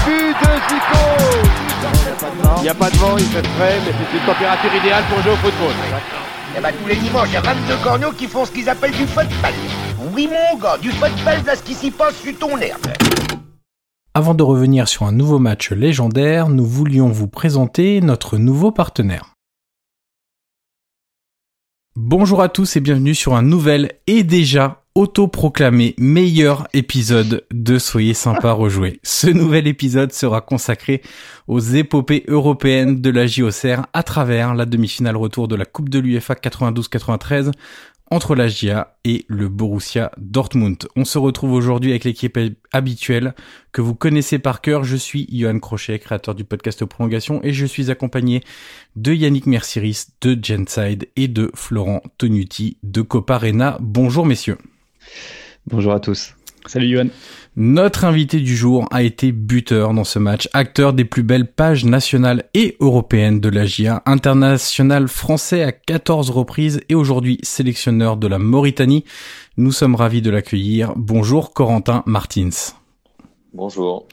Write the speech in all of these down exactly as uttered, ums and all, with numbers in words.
but de Zico. Il n'y a pas de vent, il fait frais, mais c'est une température idéale pour jouer au football. Et bah tous les dimanches, il y a vingt-deux corneaux qui font ce qu'ils appellent du football. Oui mon gars, du football, là ce qui s'y passe sur ton herbe. Avant de revenir sur un nouveau match légendaire, nous voulions vous présenter notre nouveau partenaire. Bonjour à tous et bienvenue sur un nouvel et déjà autoproclamé meilleur épisode de Soyez sympa rejouer. Ce nouvel épisode sera consacré aux épopées européennes de la J O C R à travers la demi-finale retour de la Coupe de l'UEFA quatre-vingt-douze quatre-vingt-treize entre la J A et le Borussia Dortmund. On se retrouve aujourd'hui avec l'équipe habituelle que vous connaissez par cœur. Je suis Johan Crochet, créateur du podcast Prolongation, et je suis accompagné de Yannick Mercieris, de Genside et de Florent Tonuti de Coparena. Bonjour messieurs. Bonjour à tous. Salut Johan. Notre invité du jour a été buteur dans ce match, acteur des plus belles pages nationales et européennes de la J A, international français à quatorze reprises et aujourd'hui sélectionneur de la Mauritanie. Nous sommes ravis de l'accueillir. Bonjour Corentin Martins. Bonjour.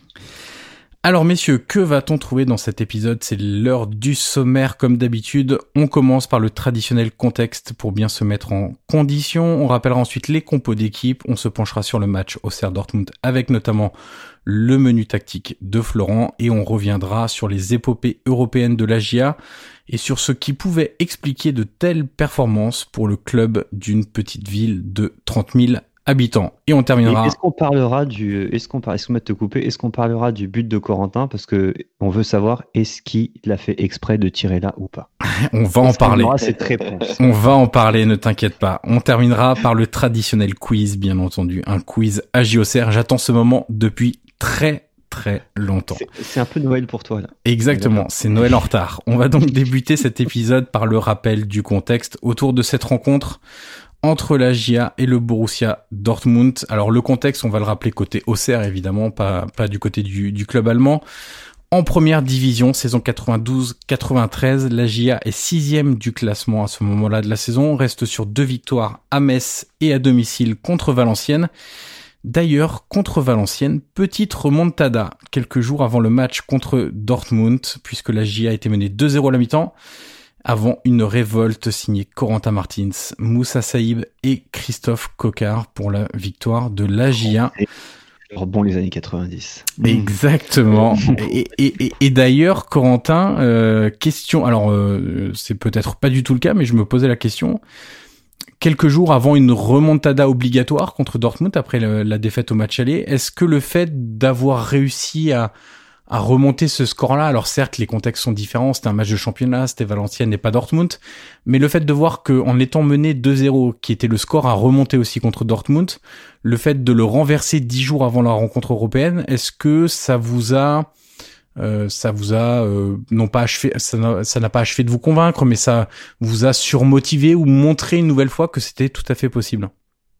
Alors messieurs, que va-t-on trouver dans cet épisode ? C'est l'heure du sommaire comme d'habitude. On commence par le traditionnel contexte pour bien se mettre en condition. On rappellera ensuite les compos d'équipe. On se penchera sur le match Auxerre Dortmund avec notamment le menu tactique de Florent et on reviendra sur les épopées européennes de la J A et sur ce qui pouvait expliquer de telles performances pour le club d'une petite ville de trente mille habitants. Et on terminera. Et est-ce qu'on parlera du, est-ce qu'on par... excuse-moi de te couper, est-ce qu'on parlera du but de Corentin parce que on veut savoir est-ce qu'il a fait exprès de tirer là ou pas. On va en parler. On aura cette réponse. On va en parler, ne t'inquiète pas. On terminera par le traditionnel quiz, bien entendu, un quiz à J O C R. J'attends ce moment depuis très très longtemps. C'est, c'est un peu Noël pour toi là. Exactement, c'est Noël en retard. On va donc débuter cet épisode par le rappel du contexte autour de cette rencontre entre la J A et le Borussia Dortmund. Alors le contexte, on va le rappeler côté Auxerre évidemment, pas pas du côté du, du club allemand. En première division, saison quatre-vingt-douze quatre-vingt-treize, la J A est sixième du classement à ce moment-là de la saison, reste sur deux victoires à Metz et à domicile contre Valenciennes. D'ailleurs, contre Valenciennes, petite remontada quelques jours avant le match contre Dortmund, puisque la J A était menée deux zéro à la mi-temps, avant une révolte signée Corentin Martins, Moussa Saïb et Christophe Coquard pour la victoire de la J A. Alors bon, les années quatre-vingt-dix. Exactement. et, et, et, et d'ailleurs, Corentin, euh, question, alors euh, c'est peut-être pas du tout le cas, mais je me posais la question. Quelques jours avant une remontada obligatoire contre Dortmund après le, la défaite au match aller, est-ce que le fait d'avoir réussi à à remonter ce score-là, alors certes les contextes sont différents, c'était un match de championnat, c'était Valenciennes et pas Dortmund, mais le fait de voir qu'en étant mené deux zéro, qui était le score à remonter aussi contre Dortmund, le fait de le renverser dix jours avant la rencontre européenne, est-ce que ça vous a, euh, ça vous a, euh, non pas achevé, ça n'a, ça n'a pas achevé de vous convaincre, mais ça vous a surmotivé ou montré une nouvelle fois que c'était tout à fait possible ?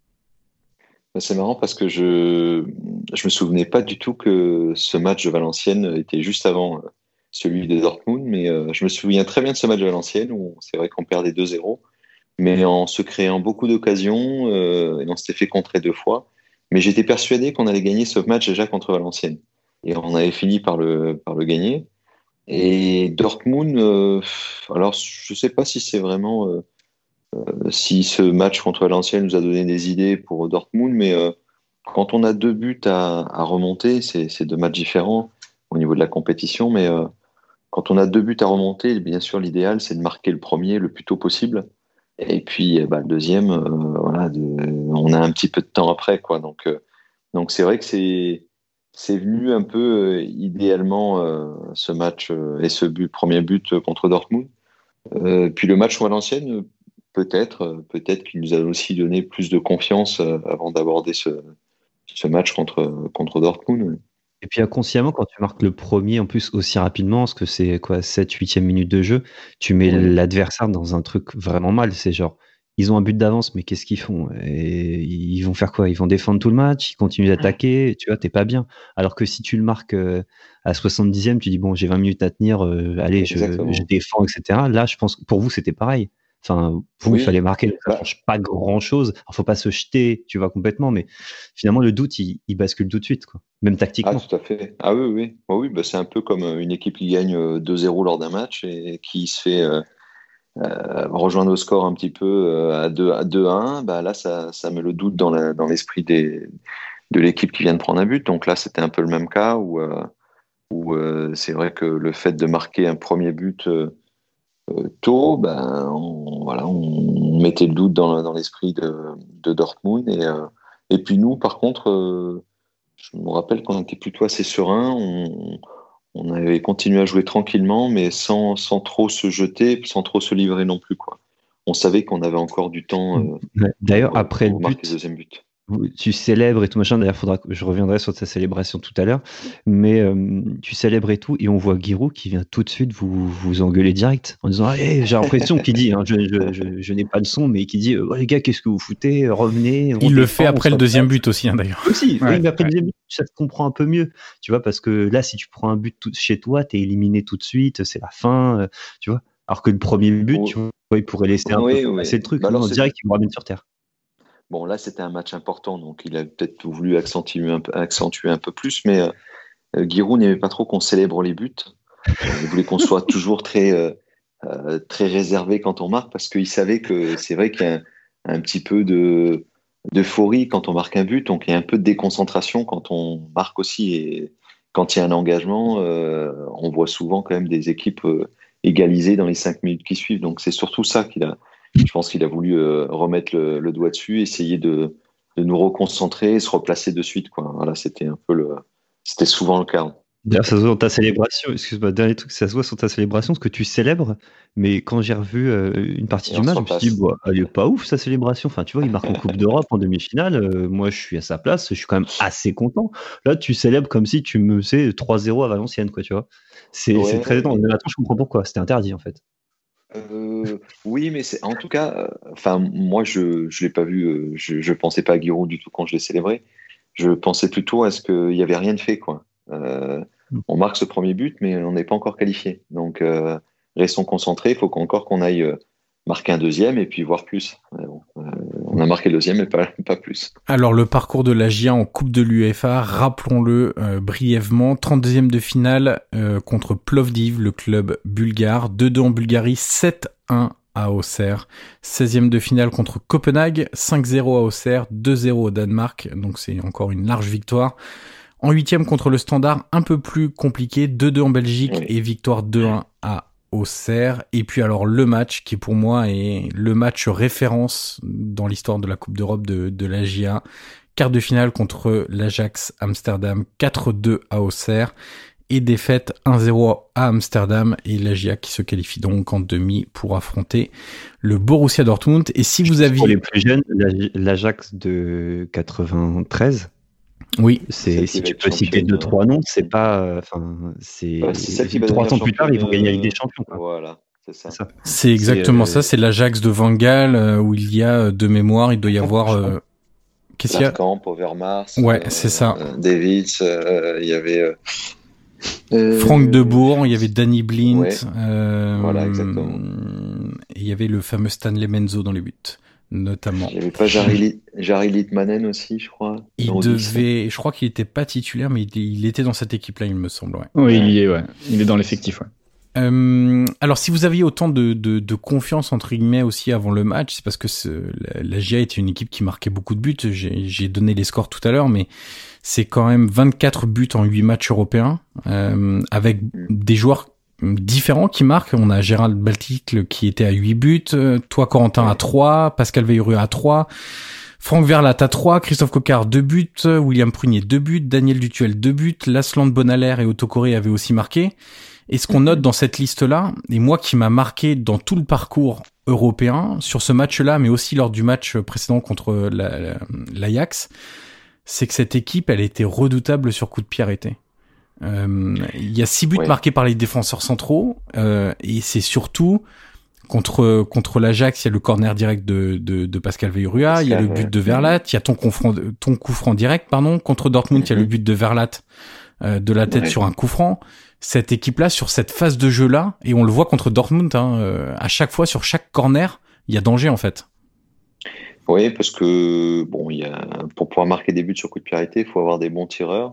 C'est marrant parce que je je me souvenais pas du tout que ce match de Valenciennes était juste avant celui de Dortmund, mais euh, je me souviens très bien de ce match de Valenciennes où c'est vrai qu'on perdait deux zéro, mais en se créant beaucoup d'occasions euh, et on s'était fait contrer deux fois. Mais j'étais persuadé qu'on allait gagner ce match déjà contre Valenciennes et on avait fini par le par le gagner. Et Dortmund, euh, alors je sais pas si c'est vraiment euh, Euh, si ce match contre Valenciennes nous a donné des idées pour Dortmund, mais euh, quand on a deux buts à, à remonter, c'est, c'est deux matchs différents au niveau de la compétition, mais euh, quand on a deux buts à remonter, bien sûr l'idéal c'est de marquer le premier le plus tôt possible, et puis bah, le deuxième, euh, voilà, de, on a un petit peu de temps après, quoi. Donc, euh, donc c'est vrai que c'est c'est venu un peu euh, idéalement euh, ce match euh, et ce but, premier but contre Dortmund. Euh, puis le match contre Valenciennes. Peut-être, peut-être qu'il nous a aussi donné plus de confiance euh, avant d'aborder ce, ce match contre, contre Dortmund. Et puis inconsciemment, quand tu marques le premier, en plus aussi rapidement, parce que c'est quoi, sept huitième minute de jeu, tu mets ouais. l'adversaire dans un truc vraiment mal. C'est genre, ils ont un but d'avance, mais qu'est-ce qu'ils font ? Et ils vont faire quoi ? Ils vont défendre tout le match, ils continuent d'attaquer, tu vois, t'es pas bien. Alors que si tu le marques euh, à soixante-dixième, tu dis, bon, j'ai vingt minutes à tenir, euh, allez, je, je défends, et cetera. Là, je pense que pour vous, c'était pareil. Enfin, vous, oui. il fallait marquer, ça change pas grand-chose. Alors, faut pas se jeter, tu vois, complètement, mais finalement, le doute, il, il bascule tout de suite, quoi. Même tactiquement. Ah, tout à fait. Ah oui, oui. Oh, oui, bah, c'est un peu comme une équipe qui gagne deux zéro lors d'un match et qui se fait euh, euh, rejoindre au score un petit peu euh, à deux à un. Bah, là, ça, ça met le doute dans, la, dans l'esprit des, de l'équipe qui vient de prendre un but. Donc là, c'était un peu le même cas où, euh, où euh, c'est vrai que le fait de marquer un premier but euh, tôt, ben, on, voilà, on mettait le doute dans, dans l'esprit de, de Dortmund. Et, euh, et puis nous, par contre, euh, je me rappelle qu'on était plutôt assez serein. On, on avait continué à jouer tranquillement, mais sans, sans trop se jeter, sans trop se livrer non plus, quoi. On savait qu'on avait encore du temps. Euh, D'ailleurs, pour, après pour le but, le deuxième but. Tu célèbres et tout machin. D'ailleurs, faudra que je reviendrai sur ta célébration tout à l'heure. Mais euh, tu célèbres et tout, et on voit Giroud qui vient tout de suite vous vous engueuler direct en disant hey, j'ai l'impression qu'il dit, hein, je, je, je, je n'ai pas le son, mais qui dit oh, les gars, qu'est-ce que vous foutez, revenez. Il le fait après le deuxième but aussi, hein, d'ailleurs. Aussi, ouais, oui, mais après ouais. le deuxième but, ça se comprend un peu mieux, tu vois, parce que là, si tu prends un but tout, chez toi, t'es éliminé tout de suite, c'est la fin, euh, tu vois. Alors que le premier but, tu vois, il pourrait laisser un oui, peu oui. passer le truc, bah alors, on dirait qu'il vous ramène sur terre. Bon, là, c'était un match important, donc il a peut-être voulu accentuer un peu, accentuer un peu plus, mais euh, Giroud n'aimait pas trop qu'on célèbre les buts. Il voulait qu'on soit toujours très, euh, euh, très réservé quand on marque, parce qu'il savait que c'est vrai qu'il y a un, un petit peu de, d'euphorie quand on marque un but, donc il y a un peu de déconcentration quand on marque aussi. Et quand il y a un engagement, euh, on voit souvent quand même des équipes euh, égalisées dans les cinq minutes qui suivent. Donc c'est surtout ça qu'il a. Je pense qu'il a voulu euh, remettre le, le doigt dessus, essayer de, de nous reconcentrer et se replacer de suite, quoi. Voilà, c'était un peu le, c'était souvent le cas. D'ailleurs, ça se voit dans ta célébration. Excuse-moi, dernier truc, ça se voit sur ta célébration, ce que tu célèbres. Mais quand j'ai revu euh, une partie et du match, je me suis dit, bah, elle est pas ouf sa célébration. Enfin, tu vois, il marque en Coupe d'Europe en demi-finale. Euh, moi, je suis à sa place, je suis quand même assez content. Là, tu célèbres comme si tu me faisais trois zéro à Valenciennes, quoi, tu vois. C'est, ouais, c'est très étonnant. Mais attends, je comprends pourquoi. C'était interdit, en fait. Euh, oui, mais c'est en tout cas, enfin euh, moi je je l'ai pas vu, euh, je je pensais pas à Giroud du tout quand je l'ai célébré. Je pensais plutôt à ce qu'il y avait rien de fait, quoi. Euh, on marque ce premier but, mais on n'est pas encore qualifié. Donc euh, restons concentrés. Il faut qu'encore qu'on aille euh, marquer un deuxième et puis voir plus. Bon, euh, on a marqué le deuxième, mais pas pas plus. Alors le parcours de la J A en Coupe de l'UEFA, rappelons-le euh, brièvement, trente-deuxième de finale euh, contre Plovdiv, le club bulgare, deux deux en Bulgarie, sept un à Auxerre, seizième de finale contre Copenhague, cinq zéro à Auxerre, deux zéro au Danemark, donc c'est encore une large victoire. En huitième contre le Standard, un peu plus compliqué, deux deux en Belgique oui. et victoire deux un à Auxerre. Et puis alors le match qui pour moi est le match référence dans l'histoire de la Coupe d'Europe de, de la J A. Quart de finale contre l'Ajax Amsterdam, quatre deux à Auxerre. Et défaite un zéro à Amsterdam et la J A qui se qualifie donc en demi pour affronter le Borussia Dortmund. Et si vous aviez... Pour les plus jeunes, l'Ajax de quatre-vingt-treize. Oui, c'est si tu peux citer deux trois noms, c'est pas, enfin, c'est ouais, trois ans plus tard, ils vont gagner avec des champions. Quoi. Voilà, c'est ça. C'est, ça. c'est exactement c'est, ça. C'est l'Ajax de Van Gaal euh, où il y a de mémoire, il doit y avoir. Euh, qu'est-ce qu'il y a? Camp, Overmars. Ouais, euh, c'est ça. Euh, Davids, euh, il y avait. Euh, Franck Debourg, il y avait Danny Blint. Ouais. Euh, voilà, exactement. Et il y avait le fameux Stanley Menzo dans les buts. Notamment. Il n'y avait pas Jari, Jari Litmanen aussi, je crois. Il devait, je crois qu'il était pas titulaire, mais il, il était dans cette équipe-là, il me semble. Ouais. Oui, il y est, ouais. Il est dans l'effectif, ouais. Euh, alors, si vous aviez autant de, de, de confiance entre guillemets aussi avant le match, c'est parce que ce, la, la J A était une équipe qui marquait beaucoup de buts. J'ai, j'ai donné les scores tout à l'heure, mais c'est quand même vingt-quatre buts en huit matchs européens, euh, avec des joueurs différents qui marquent. On a Gérald Balticle qui était à huit buts, toi Corentin à trois, Pascal Veilluru à trois, Franck Verlat à trois, Christophe Coquard deux buts, William Prunier deux buts, Daniel Dutuel deux buts, Lasland Bonaler et Otto Corée avaient aussi marqué. Et ce qu'on note dans cette liste-là, et moi qui m'a marqué dans tout le parcours européen, sur ce match-là, mais aussi lors du match précédent contre la, la, l'Ajax, c'est que cette équipe, elle était redoutable sur coup de pied arrêté. Il euh, y a six buts ouais. marqués par les défenseurs centraux euh, et c'est surtout contre contre l'Ajax, il y a le corner direct de de, de Pascal Veillurua, il y a le but de Verlat, il y a ton coup franc ton coup franc direct pardon contre Dortmund, il mm-hmm. y a le but de Verlat euh, de la tête ouais. sur un coup franc. Cette équipe là sur cette phase de jeu là et on le voit contre Dortmund hein, euh, à chaque fois sur chaque corner, il y a danger en fait. Oui, parce que bon, il y a, pour pouvoir marquer des buts sur coup de pied arrêté, il faut avoir des bons tireurs.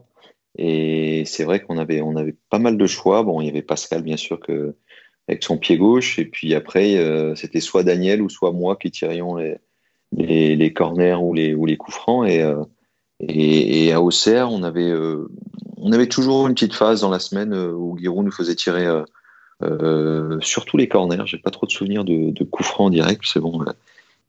Et c'est vrai qu'on avait, on avait pas mal de choix. Bon, il y avait Pascal, bien sûr, que, avec son pied gauche. Et puis après, euh, c'était soit Daniel ou soit moi qui tirions les, les, les corners ou les, ou les coups francs. Et, euh, et, et à Auxerre, on avait, euh, on avait toujours une petite phase dans la semaine où Giroud nous faisait tirer euh, euh, surtout les corners. J'ai pas trop de souvenirs de, de coups francs en direct. C'est bon. Euh,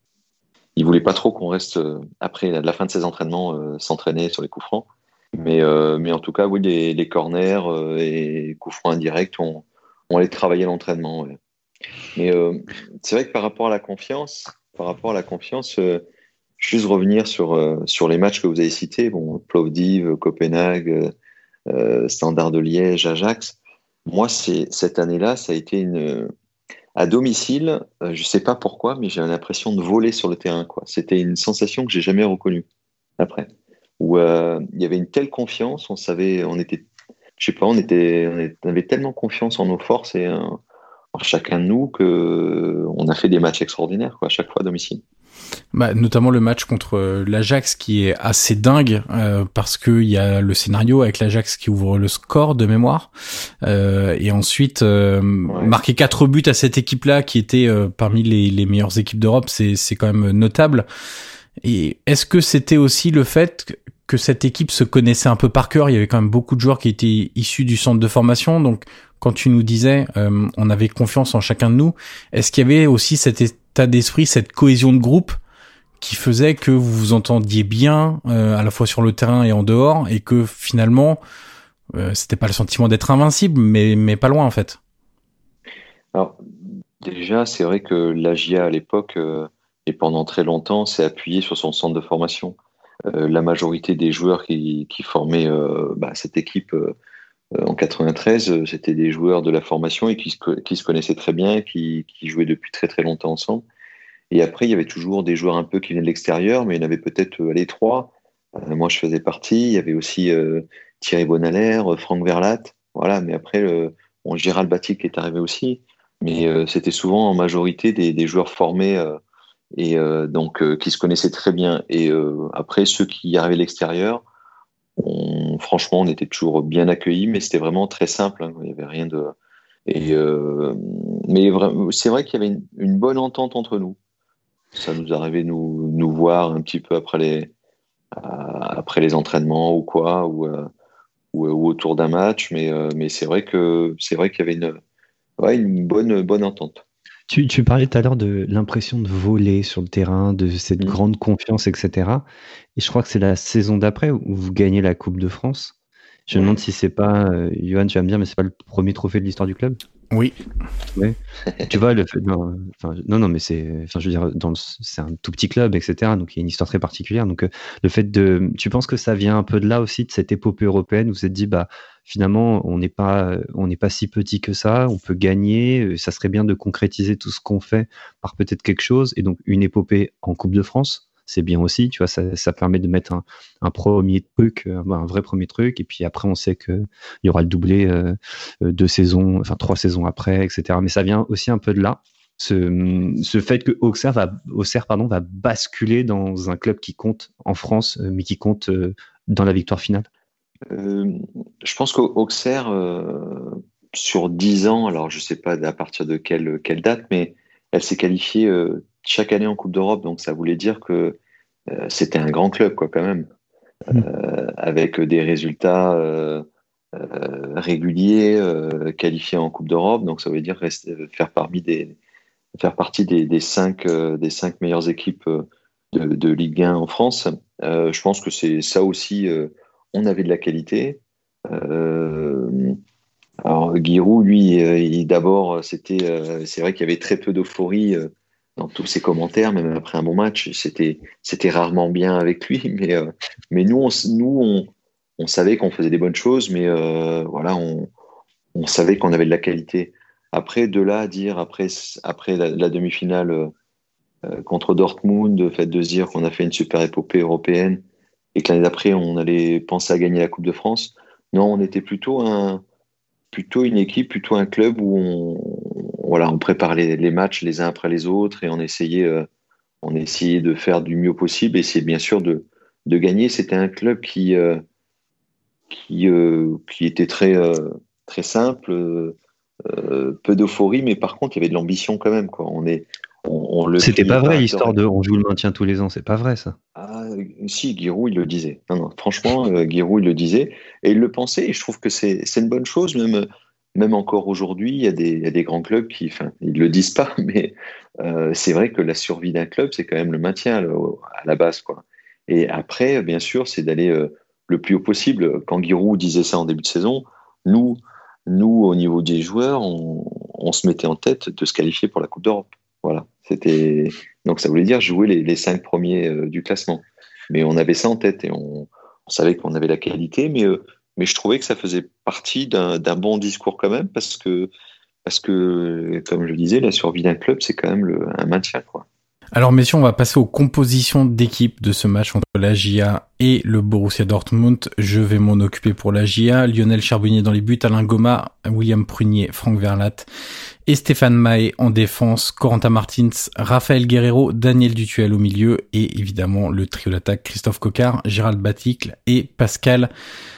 il voulait pas trop qu'on reste, euh, après la, la fin de ses entraînements, euh, s'entraîner sur les coups francs. Mais, euh, mais en tout cas, oui, les, les corners euh, et coups francs indirects, on, on allait travailler l'entraînement. Ouais. Mais euh, c'est vrai que par rapport à la confiance, par rapport à la confiance, euh, juste revenir sur, euh, sur les matchs que vous avez cités, bon, Plovdiv, Copenhague, euh, Standard de Liège, Ajax. Moi, c'est, cette année-là, ça a été une. À domicile, euh, je sais pas pourquoi, mais j'ai l'impression de voler sur le terrain, quoi. C'était une sensation que j'ai jamais reconnue après. Où euh, il y avait une telle confiance, on savait, on était, je sais pas, on était, on, était, on avait tellement confiance en nos forces et euh, en chacun de nous que euh, on a fait des matchs extraordinaires, quoi, à chaque fois à domicile. Bah, notamment le match contre l'Ajax qui est assez dingue euh, parce que il y a le scénario avec l'Ajax qui ouvre le score de mémoire euh, et ensuite euh, ouais. marquer quatre buts à cette équipe-là qui était euh, parmi les, les meilleures équipes d'Europe, c'est c'est quand même notable. Et est-ce que c'était aussi le fait que cette équipe se connaissait un peu par cœur? Il y avait quand même beaucoup de joueurs qui étaient issus du centre de formation, donc quand tu nous disais euh, on avait confiance en chacun de nous, est-ce qu'il y avait aussi cet état d'esprit, cette cohésion de groupe qui faisait que vous vous entendiez bien euh, à la fois sur le terrain et en dehors et que finalement euh, c'était pas le sentiment d'être invincible mais mais pas loin en fait? Alors déjà c'est vrai que l'A G A à l'époque euh, et pendant très longtemps s'est appuyé sur son centre de formation. Euh, la majorité des joueurs qui, qui formaient euh, bah, cette équipe euh, en quatre-vingt-treize, euh, c'était des joueurs de la formation et qui se, qui se connaissaient très bien, qui, qui jouaient depuis très très longtemps ensemble. Et après, il y avait toujours des joueurs un peu qui venaient de l'extérieur, mais il y en avait peut-être euh, les trois. Euh, moi, je faisais partie. Il y avait aussi euh, Thierry Bonalaire, Franck Verlat. Voilà, mais après, le, bon, Gérald Batic est arrivé aussi. Mais euh, c'était souvent en majorité des, des joueurs formés euh, et euh, donc euh, qui se connaissaient très bien. Et euh, après, ceux qui arrivaient de l'extérieur, on, franchement, on était toujours bien accueillis, mais c'était vraiment très simple. Hein, il n'y avait rien de. Et euh, mais vra- c'est vrai qu'il y avait une, une bonne entente entre nous. Ça nous arrivait de nous, nous voir un petit peu après les, euh, après les entraînements ou quoi, ou, euh, ou, ou autour d'un match, mais, euh, mais c'est vrai que c'est vrai qu'il y avait une, ouais, une bonne, bonne entente. Tu, tu parlais tout à l'heure de l'impression de voler sur le terrain, de cette mmh. grande confiance, et cetera. Et je crois que c'est la saison d'après où vous gagnez la Coupe de France. Je me ouais. demande si c'est pas, euh, Johan, tu vas me dire, mais c'est pas le premier trophée de l'histoire du club? Oui. Ouais. Tu vois, le fait, non, enfin, non, non, mais c'est, enfin, je veux dire, dans le, c'est un tout petit club, et cetera. Donc il y a une histoire très particulière. Donc euh, le fait de, tu penses que ça vient un peu de là aussi, de cette épopée européenne où vous vous êtes dit, bah finalement, on n'est pas, on n'est pas si petit que ça, on peut gagner. Ça serait bien de concrétiser tout ce qu'on fait par peut-être quelque chose. Et donc une épopée en Coupe de France. C'est bien aussi, tu vois, ça, ça permet de mettre un, un premier truc, un vrai premier truc, et puis après on sait que il y aura le doublé euh, deux saisons, enfin trois saisons après, et cetera. Mais ça vient aussi un peu de là, ce, ce fait que Auxerre va, Auxerre pardon, va basculer dans un club qui compte en France, mais qui compte euh, dans la victoire finale. Euh, je pense qu'Auxerre, euh, sur dix ans, alors je sais pas à partir de quelle, quelle date, mais elle s'est qualifiée euh, chaque année en Coupe d'Europe, donc ça voulait dire que euh, c'était un grand club, quoi, quand même, mmh. euh, avec des résultats euh, euh, réguliers, euh, qualifiés en Coupe d'Europe, donc ça veut dire rester, faire, parmi des, faire partie des, des, cinq, euh, des cinq meilleures équipes de, de Ligue un en France. Euh, je pense que c'est ça aussi, euh, on avait de la qualité. Euh, alors Giroud, lui, il, d'abord, c'était, euh, c'est vrai qu'il y avait très peu d'euphorie euh, dans tous ses commentaires, même après un bon match, c'était, c'était rarement bien avec lui. Mais, euh, mais nous, on, nous, on, on savait qu'on faisait des bonnes choses, mais euh, voilà, on, on savait qu'on avait de la qualité. Après, de là à dire, après, après la, la demi-finale euh, contre Dortmund, le fait de se dire qu'on a fait une super épopée européenne et que l'année d'après, on allait penser à gagner la Coupe de France. Non, on était plutôt un, plutôt une équipe, plutôt un club où on, voilà, on prépare les, les matchs les uns après les autres et on essayait, euh, on essayait de faire du mieux possible et c'est bien sûr de, de gagner. C'était un club qui, euh, qui, euh, qui était très, euh, très simple, euh, peu d'euphorie, mais par contre, il y avait de l'ambition quand même, quoi. On est, on, on le C'était pas vrai, par l'histoire de on joue le maintien tous les ans, c'est pas vrai ça. Ah, si, Giroud, il le disait. Non, non, franchement, euh, Giroud, il le disait. Et il le pensait, et je trouve que c'est, c'est une bonne chose, même, même encore aujourd'hui, il y a des, il y a des grands clubs qui, enfin, ils le disent pas, mais euh, c'est vrai que la survie d'un club, c'est quand même le maintien le, à la base, quoi. Et après, bien sûr, c'est d'aller euh, le plus haut possible. Quand Giroud disait ça en début de saison, nous, nous au niveau des joueurs, on, on se mettait en tête de se qualifier pour la Coupe d'Europe. Voilà, c'était donc ça voulait dire jouer les, les cinq premiers euh, du classement. Mais on avait ça en tête et on, on savait qu'on avait la qualité, mais euh, mais je trouvais que ça faisait partie d'un, d'un bon discours quand même parce que parce que comme je le disais, la survie d'un club c'est quand même le, un maintien, quoi. Alors messieurs, on va passer aux compositions d'équipe de ce match entre la J A et le Borussia Dortmund. Je vais m'en occuper pour la J A. Lionel Charbonnier dans les buts, Alain Goma, William Prunier, Franck Verlat et Stéphane Mahé en défense, Corentin Martins, Raphaël Guerreiro, Daniel Dutuel au milieu et évidemment le trio d'attaque Christophe Coquard, Gérald Baticle et Pascal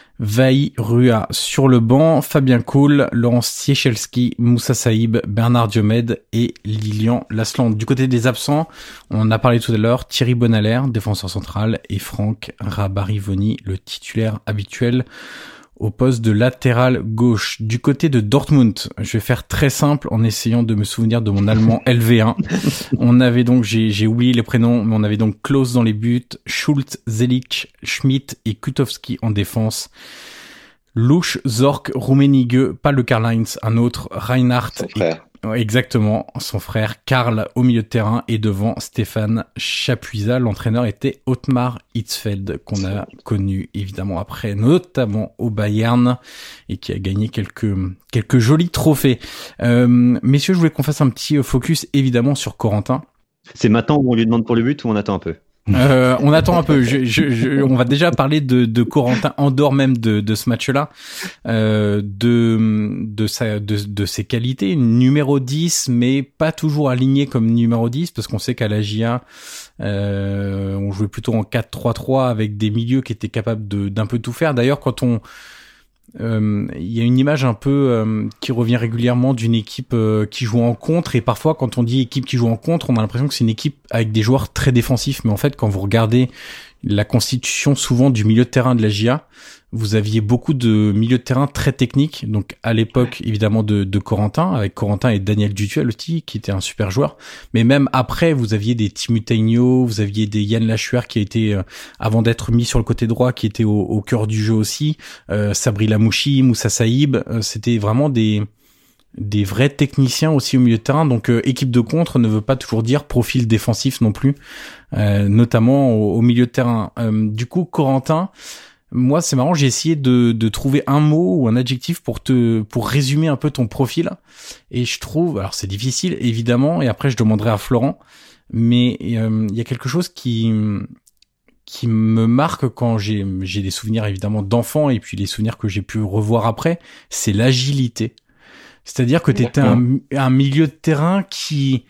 Vaï-Rua. Sur le banc, Fabien Cool, Laurent Ciechelski, Moussa Saïb, Bernard Diomède et Lilian Lasland. Du côté des absents, on en a parlé tout à l'heure, Thierry Bonalaire, défenseur central, et Franck Rabarivoni, le titulaire habituel au poste de latéral gauche. Du côté de Dortmund, je vais faire très simple en essayant de me souvenir de mon allemand L V un. On avait donc, j'ai, j'ai oublié les prénoms, mais on avait donc Klose dans les buts, Schultz, Zelic, Schmidt et Kutowski en défense. Louche, Zorc, Rummenigge, pas le Karl-Heinz, un autre, Reinhardt. Son frère. Et, exactement, son frère Karl au milieu de terrain et devant Stéphane Chapuisat. L'entraîneur était Ottmar Hitzfeld, qu'on a connu évidemment après, notamment au Bayern, et qui a gagné quelques quelques jolis trophées. Euh, messieurs, je voulais qu'on fasse un petit focus évidemment sur Corentin. C'est maintenant où on lui demande pour le but ou on attend un peu? Euh, on attend un peu. Je, je, je, on va déjà parler de, de Corentin en dehors même de, de ce match-là, euh, de, de, sa, de, de ses qualités. Numéro dix, mais pas toujours aligné comme numéro dix, parce qu'on sait qu'à la J A, euh, on jouait plutôt en quatre trois trois avec des milieux qui étaient capables de, d'un peu tout faire. D'ailleurs, quand on il euh, y a une image un peu euh, qui revient régulièrement d'une équipe euh, qui joue en contre, et parfois quand on dit équipe qui joue en contre, on a l'impression que c'est une équipe avec des joueurs très défensifs, mais en fait quand vous regardez la constitution souvent du milieu de terrain de la J A, vous aviez beaucoup de milieux de terrain très techniques, donc à l'époque évidemment de, de Corentin, avec Corentin et Daniel Dutuel aussi, qui était un super joueur, mais même après vous aviez des Timu Tainio, vous aviez des Yann Lachuer qui a été, euh, avant d'être mis sur le côté droit, qui était au, au cœur du jeu aussi, euh, Sabri Lamouchi, Moussa Saïb, euh, c'était vraiment des des vrais techniciens aussi au milieu de terrain, donc euh, équipe de contre ne veut pas toujours dire profil défensif non plus, euh, notamment au, au milieu de terrain. Euh, du coup, Corentin, moi c'est marrant, j'ai essayé de, de trouver un mot ou un adjectif pour te pour résumer un peu ton profil, et je trouve, alors c'est difficile évidemment, et après je demanderai à Florent, mais il euh, y a quelque chose qui qui me marque quand j'ai j'ai des souvenirs évidemment d'enfants et puis les souvenirs que j'ai pu revoir après, c'est l'agilité. C'est-à-dire que tu étais un, un milieu de terrain qui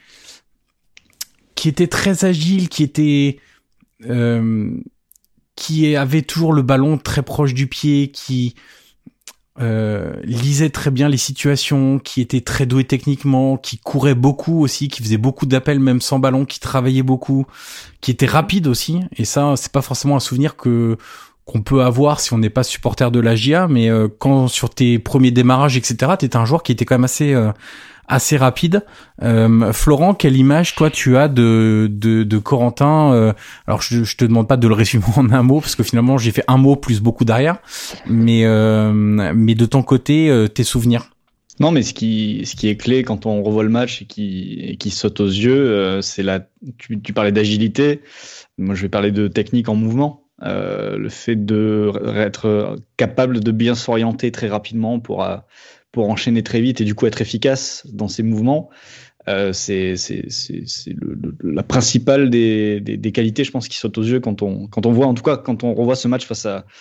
qui était très agile, qui était euh, qui avait toujours le ballon très proche du pied, qui euh, lisait très bien les situations, qui était très doué techniquement, qui courait beaucoup aussi, qui faisait beaucoup d'appels même sans ballon, qui travaillait beaucoup, qui était rapide aussi. Et ça, c'est pas forcément un souvenir que qu'on peut avoir si on n'est pas supporter de la J A, mais euh, quand sur tes premiers démarrages, et cetera, t'étais un joueur qui était quand même assez euh, assez rapide. Euh, Florent, quelle image toi tu as de de, de Corentin euh, alors je, je te demande pas de le résumer en un mot parce que finalement j'ai fait un mot plus beaucoup derrière, mais euh, mais de ton côté euh, tes souvenirs. Non, mais ce qui ce qui est clé quand on revoit le match et qui et qui saute aux yeux, euh, c'est la tu, tu parlais d'agilité. Moi je vais parler de technique en mouvement. Euh, le fait de être capable de bien s'orienter très rapidement pour euh, pour enchaîner très vite et du coup être efficace dans ses mouvements, euh, c'est c'est c'est c'est le, le, la principale des, des des qualités, je pense, qui saute aux yeux quand on quand on voit, en tout cas quand on revoit ce match face à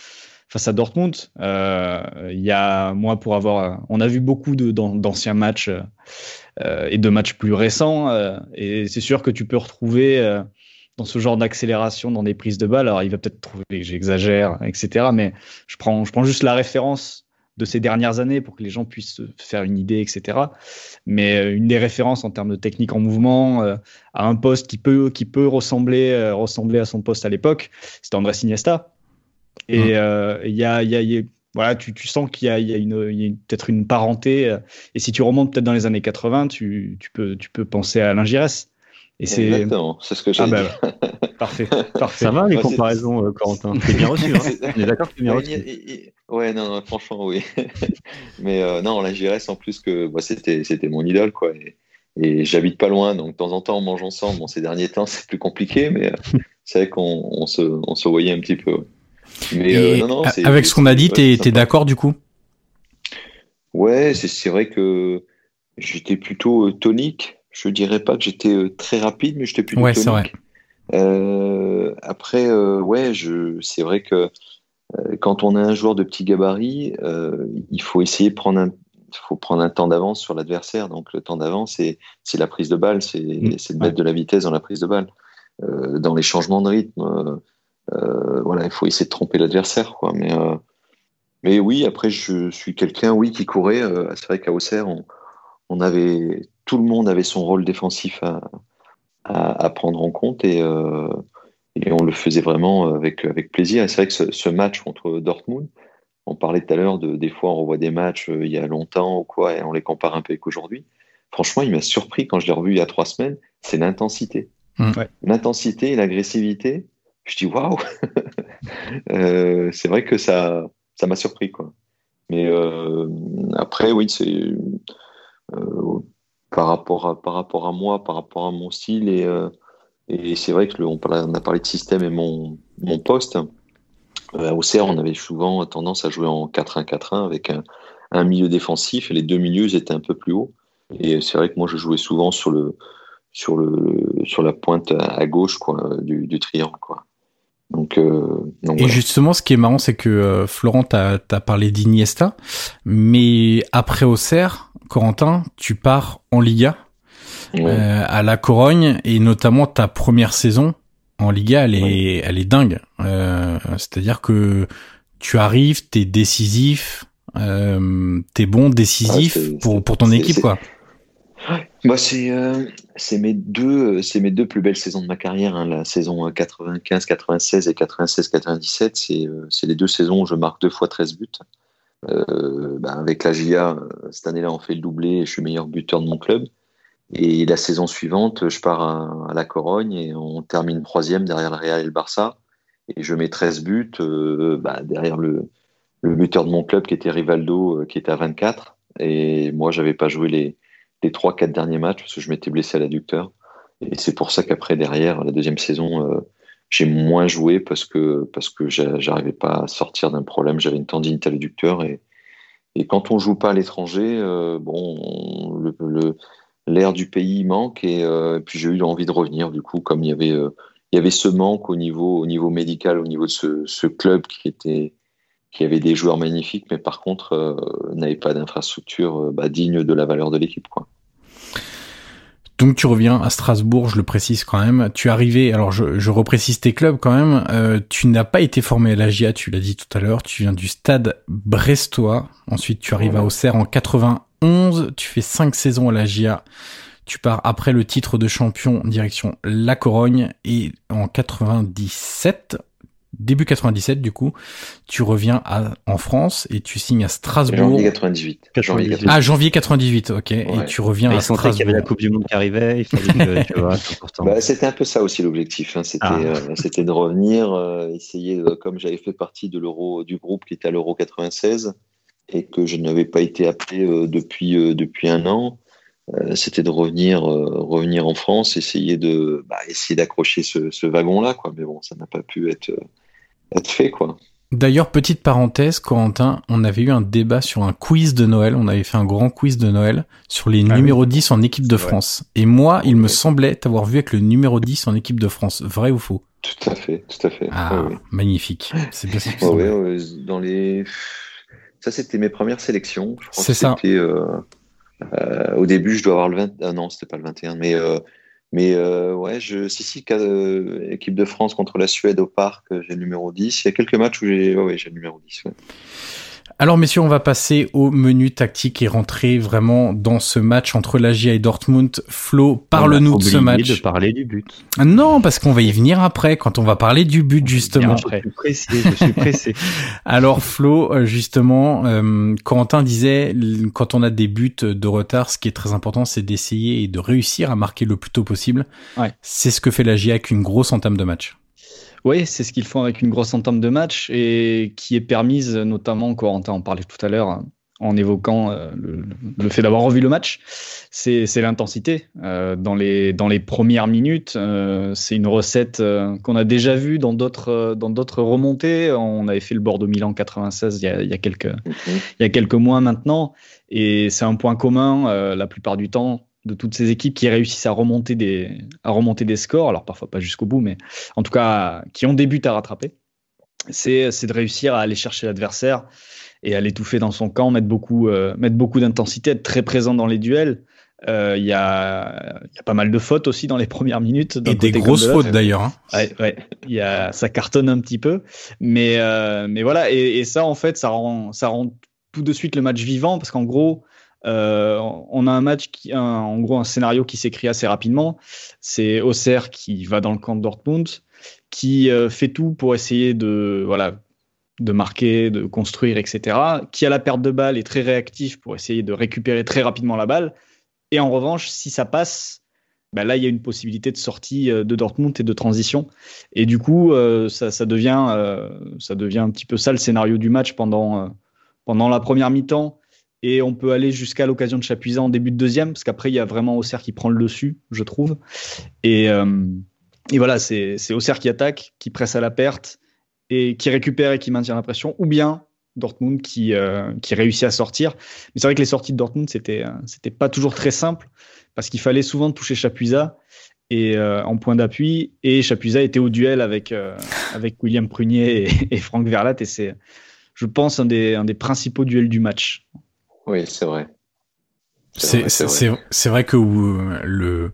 face à Dortmund. Euh, il y a, moi, pour avoir, on a vu beaucoup de, d'anciens matchs euh, et de matchs plus récents, euh, et c'est sûr que tu peux retrouver euh, dans ce genre d'accélération, dans des prises de balles. Alors, il va peut-être trouver que j'exagère, et cetera. Mais je prends, je prends juste la référence de ces dernières années pour que les gens puissent se faire une idée, et cetera. Mais une des références en termes de technique en mouvement, euh, à un poste qui peut, qui peut ressembler, euh, ressembler à son poste à l'époque, c'était Andrés Iniesta. Et il mmh. euh, y a, il y a, y a, voilà, tu, tu sens qu'il y a, il y a, une, il y a peut-être une parenté. Euh, et si tu remontes peut-être dans les années quatre-vingts, tu, tu peux, tu peux penser à Alain Giresse. Et c'est... Exactement, c'est ce que j'ai ah dit. Bah, parfait, parfait. Ça va les ouais, comparaisons, euh, Corentin. C'est bien reçu. Hein. On est d'accord que c'est bien ouais, reçu. Il, il, ouais, non, non, franchement, oui. Mais euh, non, Alain Giresse, en plus que bah, c'était, c'était mon idole, quoi. Et, et j'habite pas loin, donc de temps en temps, on mange ensemble. Bon, ces derniers temps, c'est plus compliqué, mais euh, c'est vrai qu'on on se, on se voyait un petit peu. Ouais. Mais euh, non, non, c'est, avec ce qu'on a dit, ouais, t'es, t'es d'accord du coup? Ouais, c'est, c'est vrai que j'étais plutôt euh, tonique. Je dirais pas que j'étais euh, très rapide, mais j'étais plutôt ouais, tonique. C'est vrai. Euh, après, euh, ouais, je, c'est vrai que euh, quand on a un joueur de petit gabarit, euh, il faut essayer de prendre un, faut prendre un temps d'avance sur l'adversaire. Donc le temps d'avance, c'est, c'est la prise de balle, c'est, mmh. c'est de mettre ouais. de la vitesse dans la prise de balle, euh, dans les changements de rythme. Euh, euh, voilà, il faut essayer de tromper l'adversaire, quoi. Mais, euh, mais oui, après, je suis quelqu'un, oui, qui courait. Euh, c'est vrai qu'à Auxerre, on, on avait, tout le monde avait son rôle défensif à À, à prendre en compte et, euh, et on le faisait vraiment avec, avec plaisir. Et c'est vrai que ce, ce match contre Dortmund, on parlait tout à l'heure de des fois on revoit des matchs euh, il y a longtemps ou quoi et on les compare un peu avec aujourd'hui. Franchement, il m'a surpris quand je l'ai revu il y a trois semaines, c'est l'intensité. Mmh. Ouais. L'intensité et l'agressivité. Je dis waouh euh, c'est vrai que ça, ça m'a surpris, quoi. Mais euh, après, oui, c'est. Euh, Par rapport, à, par rapport à moi, par rapport à mon style. Et, euh, et c'est vrai que le, on, parlait, on a parlé de système et mon, mon poste. Euh, à Auxerre, on avait souvent tendance à jouer en quatre un quatre un avec un, un milieu défensif et les deux milieux étaient un peu plus hauts. Et c'est vrai que moi, je jouais souvent sur, le, sur, le, sur la pointe à gauche, quoi, du, du triangle, quoi. Donc, euh, donc et voilà. Justement, ce qui est marrant, c'est que euh, Florent, t'as, t'as parlé d'Iniesta, mais après Auxerre, Corentin, tu pars en Liga, ouais. euh, à La Corogne, et notamment ta première saison en Liga, elle est, ouais. elle est dingue. Euh, c'est-à-dire que tu arrives, t'es décisif, euh, t'es bon, décisif ah, c'est, pour c'est, pour ton c'est, équipe, c'est... quoi. Bah c'est euh, c'est mes deux c'est mes deux plus belles saisons de ma carrière, hein, la saison quatre-vingt-quinze quatre-vingt-seize et quatre-vingt-seize quatre-vingt-dix-sept, c'est euh, c'est les deux saisons où je marque deux fois treize buts. Euh, bah avec la J A, cette année-là, on fait le doublé et je suis meilleur buteur de mon club. Et la saison suivante, je pars à, à La Corogne et on termine troisième derrière le Real et le Barça. Et je mets treize buts euh, bah, derrière le, le buteur de mon club qui était Rivaldo, euh, qui était à vingt-quatre. Et moi, j'avais pas joué les les trois quatre derniers matchs parce que je m'étais blessé à l'adducteur. Et c'est pour ça qu'après, derrière, la deuxième saison, euh, j'ai moins joué parce que, parce que j'arrivais pas à sortir d'un problème. J'avais une tendinite à l'adducteur et, et quand on joue pas à l'étranger, euh, bon, on, le, le, l'air du pays manque et, euh, et puis j'ai eu envie de revenir. Du coup, comme il y avait, euh, il y avait ce manque au niveau, au niveau médical, au niveau de ce, ce club qui était, qui avait des joueurs magnifiques, mais par contre, euh, n'avait pas d'infrastructure euh, bah, digne de la valeur de l'équipe, quoi. Donc tu reviens à Strasbourg, je le précise quand même. Tu es arrivé, alors je, je reprécise tes clubs quand même. Euh, tu n'as pas été formé à l'A G A, tu l'as dit tout à l'heure. Tu viens du Stade Brestois. Ensuite, tu arrives ouais. à Auxerre en quatre-vingt-onze. Tu fais cinq saisons à l'A G A. Tu pars après le titre de champion direction La Corogne et en quatre-vingt-dix-sept. Début quatre-vingt-dix-sept, du coup, tu reviens à, en France et tu signes à Strasbourg. Janvier quatre-vingt-dix-huit. quatre-vingt-dix-huit. Ah, janvier quatre-vingt-dix-huit, ok. Ouais. Et tu reviens bah, à Strasbourg. Il y avait la Coupe du Monde qui arrivait, il fallait que, tu vois, c'est important. Bah, c'était un peu ça aussi l'objectif, hein. C'était, ah. euh, c'était de revenir, euh, essayer, euh, comme j'avais fait partie de l'Euro, du groupe qui était à l'Euro quatre-vingt-seize et que je n'avais pas été appelé euh, depuis, euh, depuis un an, euh, c'était de revenir, euh, revenir en France, essayer de, bah, essayer d'accrocher ce, ce wagon-là, quoi. Mais bon, ça n'a pas pu être, euh, être fait, quoi. D'ailleurs, petite parenthèse, Corentin, on avait eu un débat sur un quiz de Noël, on avait fait un grand quiz de Noël sur les ah numéros oui. dix en équipe de France. Et moi, il me semblait t'avoir vu avec le numéro dix en équipe de France. Vrai ou faux? Tout à fait, tout à fait. Ah, ouais, ouais. Magnifique. C'est bien ça. Ouais, ouais, ouais, dans les... Ça, c'était mes premières sélections. Je crois C'est que ça. C'était, euh, euh, au début, je dois avoir le vingt... Ah non, c'était pas le vingt et un, mais... Euh... Mais euh, ouais, je... si, si, euh, équipe de France contre la Suède au Parc, j'ai le numéro dix. Il y a quelques matchs où j'ai, ouais, ouais, j'ai le numéro dix. Ouais. Alors messieurs, on va passer au menu tactique et rentrer vraiment dans ce match entre la J A et Dortmund. Flo, parle-nous de ce match. De parler du but. Non, parce qu'on va y venir après, quand on va parler du but justement. Je suis pressé, je suis pressé. Alors Flo, justement, euh, Corentin disait, quand on a des buts de retard, ce qui est très important, c'est d'essayer et de réussir à marquer le plus tôt possible. Ouais. C'est ce que fait la J A avec une grosse entame de match. Oui, c'est ce qu'ils font avec une grosse entame de match et qui est permise, notamment, Corentin en parlait tout à l'heure, en évoquant euh, le, le fait d'avoir revu le match, c'est, c'est l'intensité. Euh, dans, les, dans les premières minutes, euh, c'est une recette euh, qu'on a déjà vue dans d'autres, euh, dans d'autres remontées. On avait fait le Bordeaux-Milan quatre-vingt-seize il y a, il y a quelques, Mm-hmm. il y a quelques mois maintenant, et c'est un point commun euh, la plupart du temps de toutes ces équipes qui réussissent à remonter des, à remonter des scores, alors parfois pas jusqu'au bout, mais en tout cas qui ont des buts à rattraper, c'est, c'est de réussir à aller chercher l'adversaire et à l'étouffer dans son camp, mettre beaucoup, euh, mettre beaucoup d'intensité, être très présent dans les duels. Il euh, y, a, y a pas mal de fautes aussi dans les premières minutes. Et des grosses de fautes d'ailleurs. Hein. Ouais, ouais. Y a, ça cartonne un petit peu. Mais, euh, mais voilà, et, et ça en fait, ça rend, ça rend tout de suite le match vivant parce qu'en gros, Euh, on a un match, qui, un, en gros un scénario qui s'écrit assez rapidement. C'est Auxerre qui va dans le camp de Dortmund, qui euh, fait tout pour essayer de, voilà, de marquer, de construire, et cetera. Qui à la perte de balle est très réactif pour essayer de récupérer très rapidement la balle. Et en revanche, si ça passe, ben là il y a une possibilité de sortie de Dortmund et de transition. Et du coup, euh, ça, ça devient, euh, ça devient un petit peu ça le scénario du match pendant, euh, pendant la première mi-temps. Et on peut aller jusqu'à l'occasion de Chapuisat en début de deuxième, parce qu'après, il y a vraiment Auxerre qui prend le dessus, je trouve. Et, euh, et voilà, c'est, c'est Auxerre qui attaque, qui presse à la perte, et qui récupère et qui maintient la pression, ou bien Dortmund qui, euh, qui réussit à sortir. Mais c'est vrai que les sorties de Dortmund, c'était, c'était pas toujours très simple, parce qu'il fallait souvent toucher Chapuisat et, euh, en point d'appui, et Chapuisat était au duel avec, euh, avec William Prunier et, et Franck Verlat, et c'est, je pense, un des, un des principaux duels du match. Oui, c'est vrai. C'est, c'est, vrai, c'est, c'est, vrai. c'est vrai que euh, le,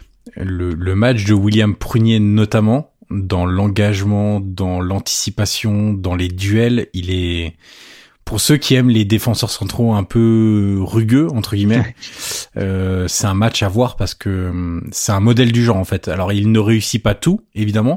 le, le match de William Prunier, notamment, dans l'engagement, dans l'anticipation, dans les duels, il est... Pour ceux qui aiment les défenseurs centraux un peu rugueux, entre guillemets, euh, c'est un match à voir parce que c'est un modèle du genre, en fait. Alors, il ne réussit pas tout, évidemment,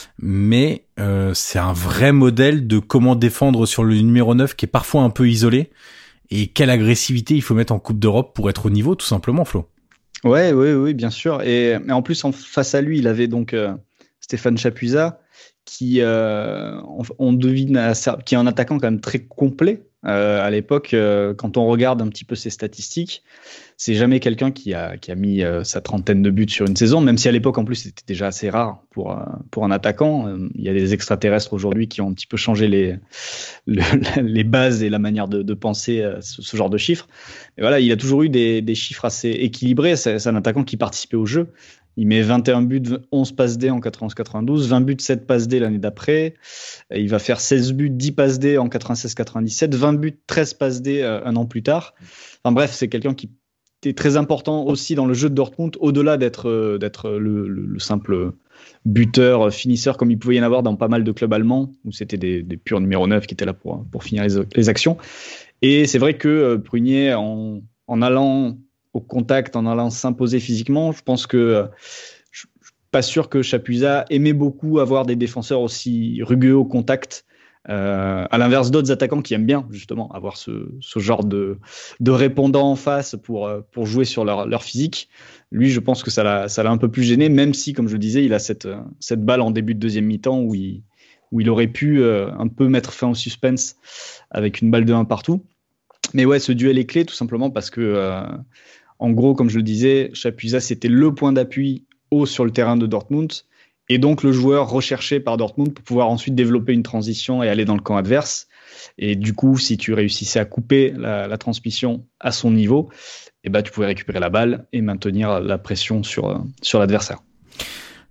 mais euh, c'est un vrai modèle de comment défendre sur le numéro neuf qui est parfois un peu isolé. Et quelle agressivité il faut mettre en Coupe d'Europe pour être au niveau, tout simplement, Flo. Ouais, oui, oui, bien sûr. Et, et en plus, en face à lui, il avait donc euh, Stéphane Chapuisat, qui, euh, on, on devine, à, qui est un attaquant quand même très complet. Euh, à l'époque, euh, quand on regarde un petit peu ses statistiques, c'est jamais quelqu'un qui a, qui a mis euh, sa trentaine de buts sur une saison, même si à l'époque, en plus, c'était déjà assez rare pour, euh, pour un attaquant. Euh, il y a des extraterrestres aujourd'hui qui ont un petit peu changé les, le, les bases et la manière de, de penser à ce, ce genre de chiffres. Et voilà, il a toujours eu des, des chiffres assez équilibrés. C'est, c'est un attaquant qui participait au jeu. Il met vingt et un buts, onze passes D en quatre-vingt-onze quatre-vingt-douze, vingt buts, sept passes D l'année d'après. Il va faire seize buts, dix passes D en quatre-vingt-seize quatre-vingt-dix-sept, vingt buts, treize passes D euh, un an plus tard. Enfin bref, c'est quelqu'un qui est très important aussi dans le jeu de Dortmund, au-delà d'être, euh, d'être le, le, le simple buteur, finisseur, comme il pouvait y en avoir dans pas mal de clubs allemands, où c'était des, des purs numéro neuf qui étaient là pour, pour finir les, les actions. Et c'est vrai que euh, Prunier, en, en allant au contact, en allant s'imposer physiquement, je pense que euh, je suis pas sûr que Chapuisat aimait beaucoup avoir des défenseurs aussi rugueux au contact, euh, à l'inverse d'autres attaquants qui aiment bien justement avoir ce, ce genre de, de répondant en face pour, pour jouer sur leur, leur physique. Lui, je pense que ça l'a, ça l'a un peu plus gêné, même si, comme je le disais, il a cette, cette balle en début de deuxième mi-temps où il, où il aurait pu euh, un peu mettre fin au suspense avec une balle de un partout. Mais ouais, ce duel est clé tout simplement parce que euh, en gros, comme je le disais, Chapuisat, c'était le point d'appui haut sur le terrain de Dortmund et donc le joueur recherché par Dortmund pour pouvoir ensuite développer une transition et aller dans le camp adverse. Et du coup, si tu réussissais à couper la, la transmission à son niveau, eh ben, tu pouvais récupérer la balle et maintenir la pression sur, sur l'adversaire.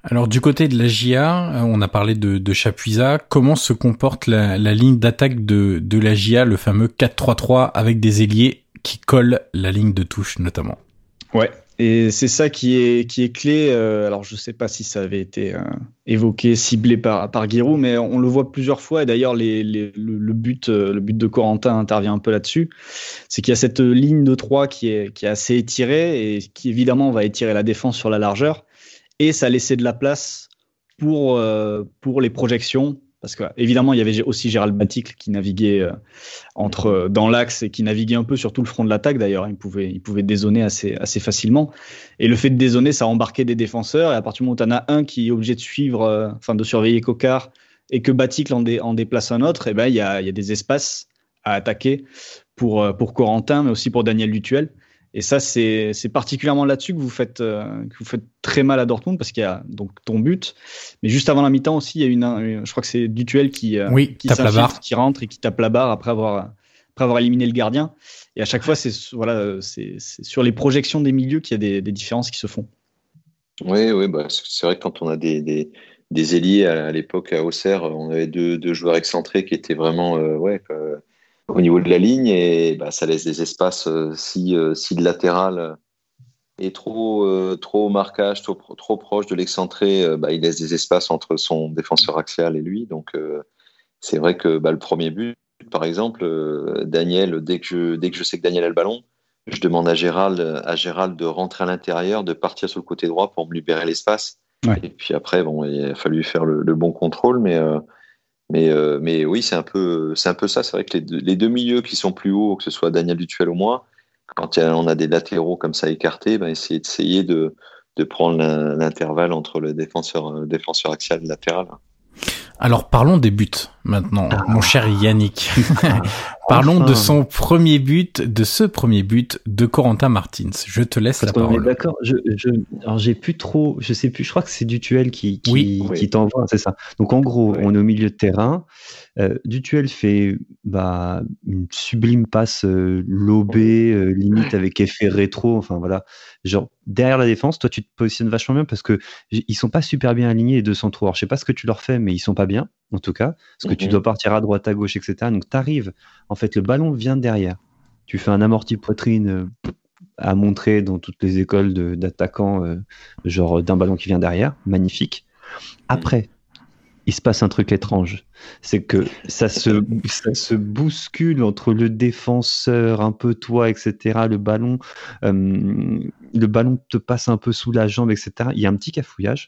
Alors du côté de la J A, on a parlé de, de Chapuisat. Comment se comporte la, la ligne d'attaque de, de la J A, le fameux quatre trois trois avec des ailiers qui collent la ligne de touche notamment? Ouais, et c'est ça qui est qui est clé. Euh, alors je sais pas si ça avait été euh, évoqué, ciblé par par Giroud, mais on le voit plusieurs fois. Et d'ailleurs, les, les, le, le but euh, le but de Corentin intervient un peu là-dessus. C'est qu'il y a cette ligne de trois qui est qui est assez étirée et qui évidemment va étirer la défense sur la largeur. Et ça laissait de la place pour, euh, pour les projections. Parce que, évidemment, il y avait aussi Gérald Baticle qui naviguait euh, entre, euh, dans l'axe et qui naviguait un peu sur tout le front de l'attaque. D'ailleurs, il pouvait, il pouvait dézoner assez, assez facilement. Et le fait de dézoner, ça embarquait des défenseurs. Et à partir du moment où tu en as un qui est obligé de suivre, euh, enfin, de surveiller Cocard et que Baticle en, dé, en déplace un autre, eh ben, il y a, il y a des espaces à attaquer pour, pour Corentin, mais aussi pour Daniel Dutuel. Et ça, c'est, c'est particulièrement là-dessus que vous faites, euh, que vous faites très mal à Dortmund, parce qu'il y a donc ton but. Mais juste avant la mi-temps aussi, il y a une, une je crois que c'est Dutuel qui, euh, oui, qui tape la barre, qui rentre et qui tape la barre après avoir, après avoir éliminé le gardien. Et à chaque fois, c'est, voilà, c'est, c'est sur les projections des milieux qu'il y a des, des différences qui se font. Oui, oui, bah, c'est vrai que quand on a des, des, des ailiers à, à l'époque à Auxerre, on avait deux, deux joueurs excentrés qui étaient vraiment, euh, ouais, euh, au niveau de la ligne, et bah, ça laisse des espaces euh, si, euh, si le latéral est trop, euh, trop au marquage, trop, trop proche de l'excentré, euh, bah, il laisse des espaces entre son défenseur axial et lui. Donc euh, c'est vrai que bah, le premier but, par exemple, euh, Daniel, dès que, je, dès que je sais que Daniel a le ballon, je demande à Gérald, à Gérald de rentrer à l'intérieur, de partir sur le côté droit pour me libérer l'espace. Ouais. Et puis après, bon, il a fallu faire le, le bon contrôle, mais... Euh, Mais, euh, mais oui, c'est un peu, c'est un peu ça. C'est vrai que les deux, les deux milieux qui sont plus hauts, que ce soit Daniel Dutuel ou moi, quand il y a, on a des latéraux comme ça écartés, ben essayer d'essayer de, de prendre l'intervalle entre le défenseur, le défenseur axial et le latéral. Alors parlons des buts maintenant, ah. mon cher Yannick. Parlons enfin. de son premier but, de ce premier but de Corentin Martins. Je te laisse Parce la parole. D'accord. Je, je, alors j'ai plus trop, je sais plus. Je crois que c'est Dutuel qui, qui, oui, qui oui. t'envoie, c'est ça. Donc en gros, oui. on est au milieu de terrain. Euh, Dutuel fait bah, une sublime passe euh, lobée, euh, limite avec effet rétro. Enfin voilà, genre derrière la défense, toi tu te positionnes vachement bien parce que ils sont pas super bien alignés les deux centraux. Alors je sais pas ce que tu leur fais, mais ils sont pas bien en tout cas, parce que mm-hmm. tu dois partir à droite, à gauche, et cetera. Donc t'arrives. En fait, le ballon vient de derrière. Tu fais un amorti poitrine euh, à montrer dans toutes les écoles de, d'attaquants, euh, genre d'un ballon qui vient derrière, magnifique. Après, il se passe un truc étrange. C'est que ça se, ça se bouscule entre le défenseur, un peu toi, et cetera. Le ballon, euh, le ballon te passe un peu sous la jambe, et cetera. Il y a un petit cafouillage.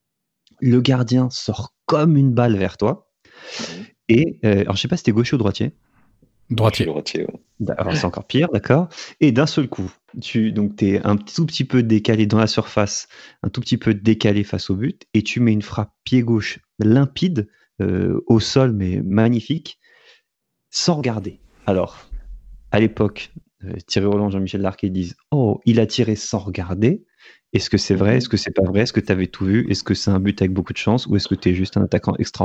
Le gardien sort comme une balle vers toi. Et, euh, alors je sais pas si t'es gaucher ou droitier. Droitier. droitier ouais. Alors c'est encore pire, d'accord. Et d'un seul coup, tu donc t'es un tout petit peu décalé dans la surface, un tout petit peu décalé face au but, et tu mets une frappe pied gauche limpide euh, au sol, mais magnifique, sans regarder. Alors, à l'époque, euh, Thierry Roland, Jean-Michel Larquet disent « Oh, il a tiré sans regarder ». Est-ce que c'est vrai ? Est-ce que c'est pas vrai ? Est-ce que tu avais tout vu ? Est-ce que c'est un but avec beaucoup de chance ? Ou est-ce que tu es juste un attaquant extraordinaire ?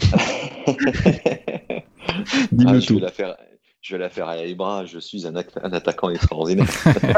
Dis-nous ah, je tout. Vais la faire, je vais la faire à les bras. Je suis un, un attaquant extraordinaire.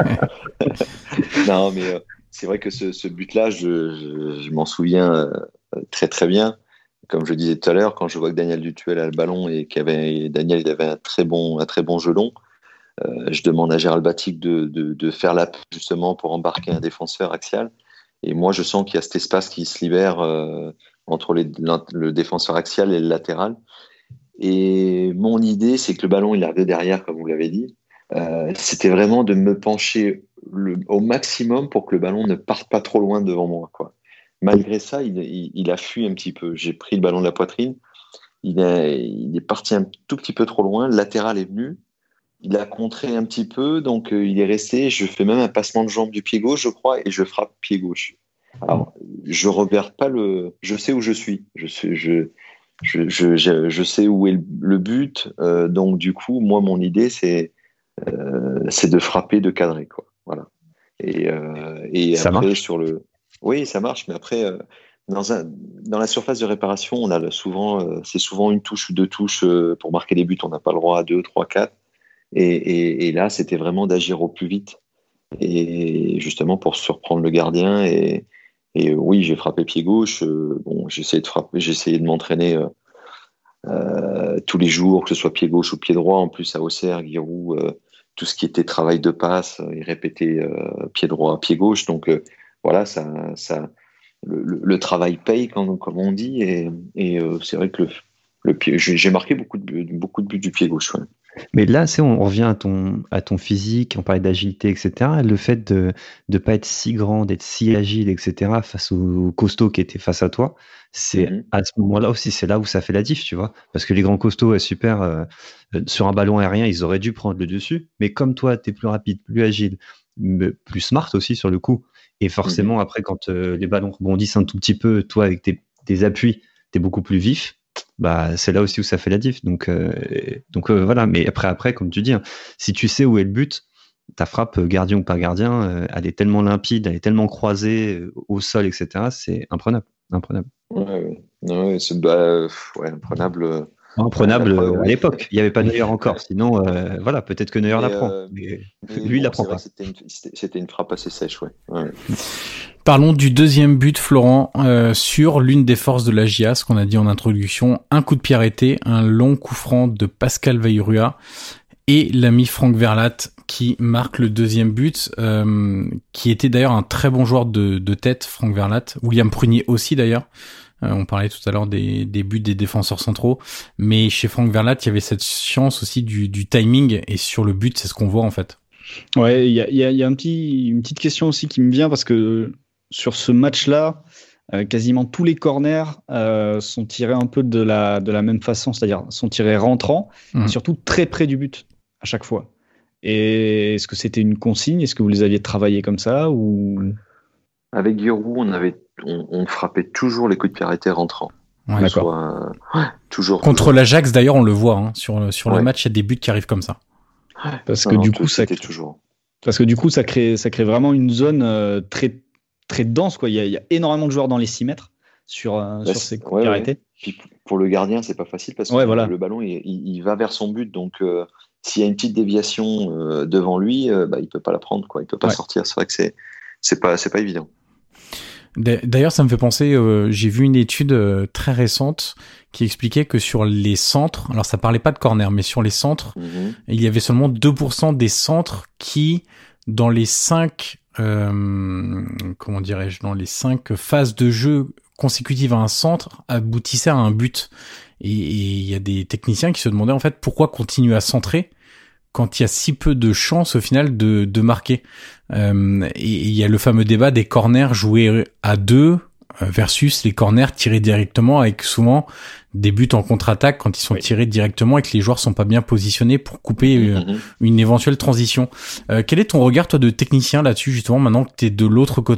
Non, mais euh, c'est vrai que ce, ce but-là, je, je, je m'en souviens euh, très très bien. Comme je disais tout à l'heure, quand je vois que Daniel Dutuel a le ballon et qu'avait Daniel il avait un très bon, un très bon gelon, euh, je demande à Gérald Baticle de, de, de faire la justement pour embarquer un défenseur axial. Et moi, je sens qu'il y a cet espace qui se libère euh, entre les, le défenseur axial et le latéral. Et mon idée, c'est que le ballon, il arrive derrière, comme vous l'avez dit. Euh, c'était vraiment de me pencher le, au maximum pour que le ballon ne parte pas trop loin devant moi, quoi. Malgré ça, il, il, il a fui un petit peu. J'ai pris le ballon de la poitrine. Il, a, il est parti un tout petit peu trop loin. Le latéral est venu. Il a contré un petit peu, donc euh, il est resté. Je fais même un passement de jambe du pied gauche, je crois, et je frappe pied gauche. Alors, je regarde pas le. Je sais où je suis. Je sais, je, je, je, je, je sais où est le, le but. Euh, donc, du coup, moi, mon idée, c'est, euh, c'est de frapper, de cadrer, quoi. Voilà. Et, euh, et ça après, marche. sur le. Oui, ça marche, mais après, euh, dans, un, dans la surface de réparation, on a souvent, euh, c'est souvent une touche ou deux touches euh, pour marquer les buts. On n'a pas le droit à deux, trois, quatre. Et, et, et là, c'était vraiment d'agir au plus vite. Et justement pour surprendre le gardien et, et euh, oui, j'ai frappé pied gauche. Euh, bon, j'ai essayé de frapper, j'ai essayé de m'entraîner euh, euh, tous les jours, que ce soit pied gauche ou pied droit. En plus, à Auxerre, Giroud, euh, tout ce qui était travail de passe, il répétait euh, pied droit, pied gauche. Donc euh, voilà, ça, ça, le, le, le travail paye, comme, comme on dit. Et, et euh, c'est vrai que le, le pied, j'ai marqué beaucoup de buts, beaucoup de buts du pied gauche. Ouais. Mais là, c'est on revient à ton à ton physique, on parlait d'agilité, et cetera. Le fait de de pas être si grand, d'être si agile, et cetera. Face aux costauds qui étaient face à toi, c'est mm-hmm. à ce moment-là aussi, c'est là où ça fait la diff, tu vois. Parce que les grands costauds, ouais, super, euh, sur un ballon aérien, ils auraient dû prendre le dessus. Mais comme toi, t'es plus rapide, plus agile, plus smart aussi sur le coup. Et forcément, mm-hmm. après, quand euh, les ballons rebondissent un tout petit peu, toi avec tes tes appuis, t'es beaucoup plus vif. Bah, c'est là aussi où ça fait la diff. Donc, euh, donc euh, voilà. Mais après, après, comme tu dis, hein, si tu sais où est le but, ta frappe, gardien ou pas gardien, euh, elle est tellement limpide, elle est tellement croisée euh, au sol, et cetera. C'est imprenable, imprenable. Ouais, ouais, c'est bah, ouais, imprenable. Euh, imprenable euh, à l'époque. Il n'y avait pas Neuer encore. Sinon, euh, voilà, peut-être que Neuer l'apprend. Euh, mais, mais lui, bon, il l'apprend pas. C'était une, c'était une frappe assez sèche, ouais. ouais. Parlons du deuxième but, Florent, euh, sur l'une des forces de la J A, ce qu'on a dit en introduction, un coup de pied arrêté, un long coup franc de Pascal Vaillrua et l'ami Franck Verlat qui marque le deuxième but, euh, qui était d'ailleurs un très bon joueur de, de tête, Franck Verlat, William Prunier aussi d'ailleurs. Euh, on parlait tout à l'heure des, des buts des défenseurs centraux, mais chez Franck Verlat, il y avait cette chance aussi du, du timing, et sur le but, c'est ce qu'on voit en fait. Ouais, il y a, y a, y a un petit, une petite question aussi qui me vient, parce que sur ce match-là, euh, quasiment tous les corners euh, sont tirés un peu de la, de la même façon, c'est-à-dire sont tirés rentrants, mmh. et surtout très près du but à chaque fois. Et est-ce que c'était une consigne ? Est-ce que vous les aviez travaillés comme ça ou... Avec Giroud, on avait, on, on frappait toujours les coups de pied arrêtés rentrants. Ouais, d'accord. Soit, euh, ouais, toujours. Contre toujours. l'Ajax, d'ailleurs, on le voit hein, sur sur ouais. le match, il y a des buts qui arrivent comme ça. Parce que non, du coup, ça crée, toujours. Parce que du coup, ça crée, ça crée vraiment une zone euh, très très dense, quoi. Il y a, il y a énormément de joueurs dans les six mètres sur euh, bah, sur ces coups de pied arrêtés. Puis pour le gardien, c'est pas facile parce que ouais, voilà. le ballon, il, il, il va vers son but, donc. Euh, S'il y a une petite déviation euh, devant lui, euh, bah, il peut pas la prendre, quoi. Il peut pas ouais. sortir. C'est vrai que c'est c'est pas c'est pas évident. D'ailleurs, ça me fait penser. Euh, j'ai vu une étude euh, très récente qui expliquait que sur les centres, alors ça parlait pas de corner, mais sur les centres, mm-hmm. il y avait seulement deux pour cent des centres qui, dans les cinq, euh, comment dirais-je, dans les cinq phases de jeu consécutives à un centre, aboutissaient à un but. Et il y a des techniciens qui se demandaient en fait pourquoi continuer à centrer quand il y a si peu de chances au final de, de marquer. Euh, et il y a le fameux débat des corners joués à deux versus les corners tirés directement, avec souvent des buts en contre-attaque quand ils sont oui. tirés directement et que les joueurs sont pas bien positionnés pour couper mm-hmm. une, une éventuelle transition. Euh, quel est ton regard toi de technicien là-dessus justement maintenant que t'es de l'autre côté ?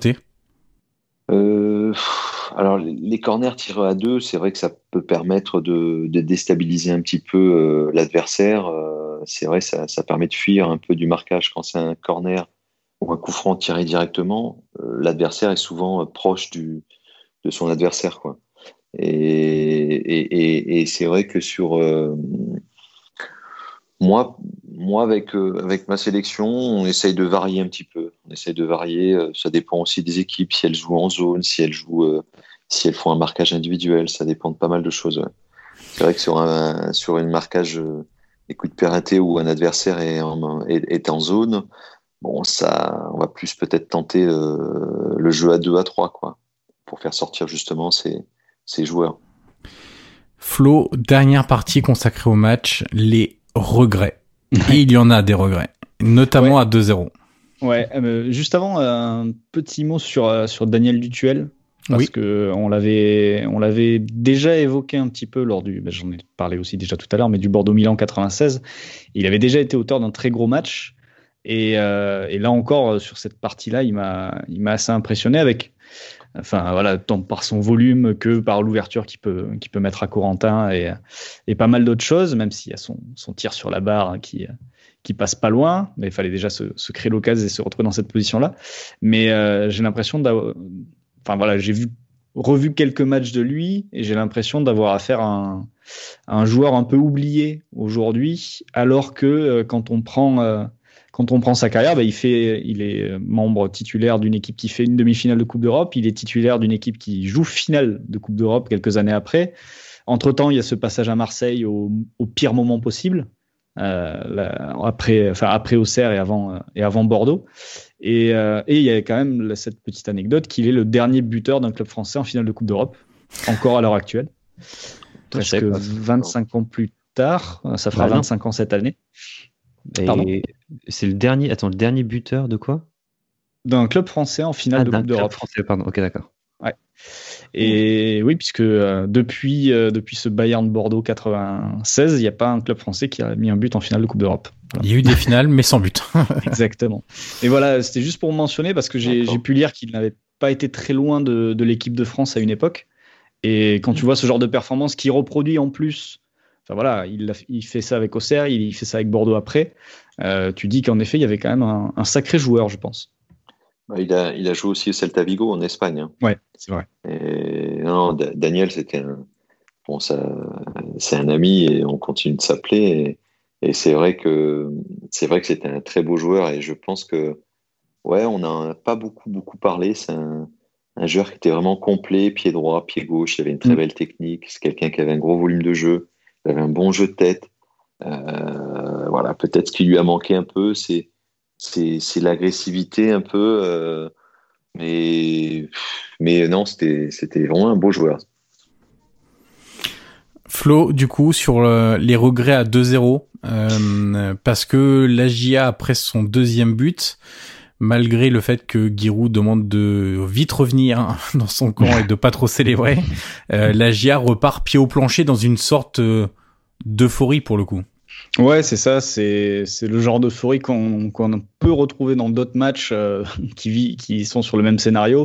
Euh, alors les corners tirés à deux, c'est vrai que ça peut permettre de, de déstabiliser un petit peu euh, l'adversaire. Euh, c'est vrai, ça, ça permet de fuir un peu du marquage quand c'est un corner ou un coup franc tiré directement. Euh, l'adversaire est souvent euh, proche du, de son adversaire, quoi. Et, et, et, et c'est vrai que sur euh, moi, moi avec euh, avec ma sélection, on essaye de varier un petit peu. On essaye de varier. Euh, ça dépend aussi des équipes, si elles jouent en zone, si elles jouent, euh, si elles font un marquage individuel. Ça dépend de pas mal de choses. Ouais. C'est vrai que sur un sur une marquage euh, des coups de pied arrêtés où un adversaire est en, est, est en zone, bon, ça, on va plus peut-être tenter euh, le jeu à deux à trois, quoi, pour faire sortir justement ces ces joueurs. Flo, dernière partie consacrée au match, les regrets. Et il y en a des regrets, notamment ouais. à deux zéro. Ouais, euh, juste avant, un petit mot sur, euh, sur Daniel Dutuel, parce oui. que on l'avait, on l'avait déjà évoqué un petit peu lors du, bah, j'en ai parlé aussi déjà tout à l'heure, mais du Bordeaux-Milan quatre-vingt-seize. Il avait déjà été auteur d'un très gros match, et, euh, et là encore, sur cette partie-là, il m'a, il m'a assez impressionné avec, enfin voilà, tant par son volume que par l'ouverture qu'il peut, qu'il peut mettre à Corentin et, et pas mal d'autres choses, même s'il y a son, son tir sur la barre qui, qui passe pas loin, mais il fallait déjà se, se créer l'occasion et se retrouver dans cette position-là. Mais euh, j'ai l'impression d'avoir, enfin voilà, j'ai vu, revu quelques matchs de lui et j'ai l'impression d'avoir affaire à un, à un joueur un peu oublié aujourd'hui, alors que euh, quand on prend, euh, quand on prend sa carrière, bah, il fait, il est membre titulaire d'une équipe qui fait une demi-finale de Coupe d'Europe. Il est titulaire d'une équipe qui joue finale de Coupe d'Europe quelques années après. Entre-temps, il y a ce passage à Marseille au, au pire moment possible, euh, là, après, enfin après Auxerre et avant et avant Bordeaux. Et, euh, et il y a quand même cette petite anecdote qu'il est le dernier buteur d'un club français en finale de Coupe d'Europe, encore à l'heure actuelle. Presque vingt-cinq ans plus tard, ça fera bah vingt-cinq ans cette année. Et c'est le dernier, attends, le dernier buteur de quoi? D'un club français en finale ah, de Coupe d'Europe. Français, pardon. Ok, d'accord. Ouais. Et mmh. oui, puisque euh, depuis euh, depuis ce Bayern Bordeaux quatre-vingt-seize, il n'y a pas un club français qui a mis un but en finale de Coupe d'Europe. Voilà. Il y a eu des finales, mais sans but. Exactement. Et voilà, c'était juste pour mentionner parce que j'ai, j'ai pu lire qu'il n'avait pas été très loin de, de l'équipe de France à une époque. Et quand tu vois ce genre de performance qui reproduit en plus. Enfin voilà, il, a, il fait ça avec Auxerre, il, il fait ça avec Bordeaux après. Euh, tu dis qu'en effet, il y avait quand même un, un sacré joueur, je pense. Bah, il, a, il a joué aussi au Celta Vigo en Espagne. Hein. Ouais, c'est vrai. Et, non, D- Daniel, c'était un, bon, ça, c'est un ami et on continue de s'appeler. Et, et c'est vrai que c'est vrai que c'était un très beau joueur. Et je pense que ouais, on n'a pas beaucoup beaucoup parlé. C'est un, un joueur qui était vraiment complet, pied droit, pied gauche. Il avait une très mmh. belle technique. C'est quelqu'un qui avait un gros volume de jeu. Il avait un bon jeu de tête. Euh, voilà, peut-être ce qui lui a manqué un peu, c'est, c'est, c'est l'agressivité un peu. Euh, mais, mais non, c'était, c'était vraiment un beau joueur. Flo, du coup, sur le, les regrets à deux zéro, euh, parce que l'A J A, après son deuxième but, malgré le fait que Giroud demande de vite revenir dans son camp et de pas trop célébrer, euh, l'A J A repart pied au plancher dans une sorte euh, d'euphorie pour le coup. Ouais, c'est ça, c'est c'est le genre d'euphorie qu'on qu'on peut retrouver dans d'autres matchs euh, qui vit, qui sont sur le même scénario.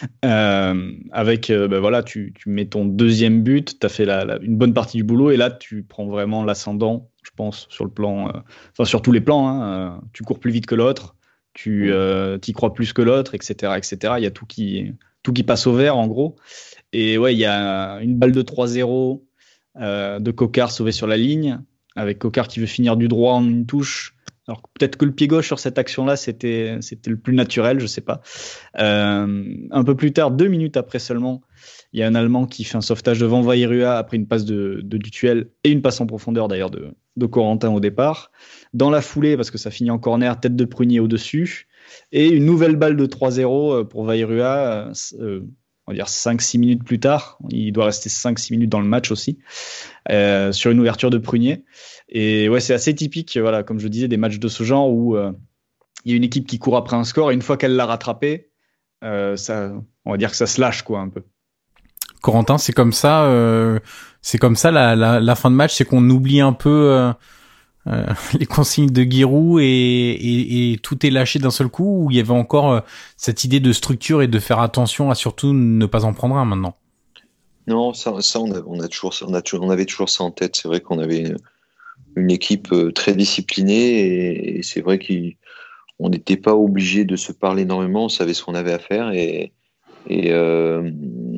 Euh, avec euh, ben voilà, tu tu mets ton deuxième but, t'as fait la, la une bonne partie du boulot et là tu prends vraiment l'ascendant, je pense, sur le plan, euh, enfin sur tous les plans. Hein, euh, tu cours plus vite que l'autre. Tu euh, t'y crois plus que l'autre, et cetera, et cetera. Il y a tout qui tout qui passe au vert en gros. Et ouais, il y a une balle de trois zéro euh, de Coquard sauvé sur la ligne, avec Coquard qui veut finir du droit en une touche. Alors peut-être que le pied gauche sur cette action-là, c'était c'était le plus naturel, je sais pas. Euh, un peu plus tard, deux minutes après seulement, il y a un Allemand qui fait un sauvetage devant Vairua après une passe de, de Dutuel et une passe en profondeur d'ailleurs de, de Corentin au départ. Dans la foulée, parce que ça finit en corner, tête de Prunier au-dessus. Et une nouvelle balle de trois zéro pour Vairua, euh, on va dire cinq six minutes plus tard. Il doit rester cinq six minutes dans le match aussi, euh, sur une ouverture de Prunier. Et ouais, c'est assez typique, voilà, comme je disais, des matchs de ce genre où euh, il y a une équipe qui court après un score et une fois qu'elle l'a rattrapé, euh, ça, on va dire que ça se lâche quoi un peu. Corentin, c'est comme ça, euh, c'est comme ça la, la, la fin de match, c'est qu'on oublie un peu euh, euh, les consignes de Giroud et, et, et tout est lâché d'un seul coup, où il y avait encore euh, cette idée de structure et de faire attention à surtout ne pas en prendre un maintenant. Non, ça, ça on, a, on a toujours, on a, on avait toujours ça en tête. C'est vrai qu'on avait une, une équipe très disciplinée et, et c'est vrai qu'on n'était pas obligé de se parler énormément. On savait ce qu'on avait à faire et Et, euh,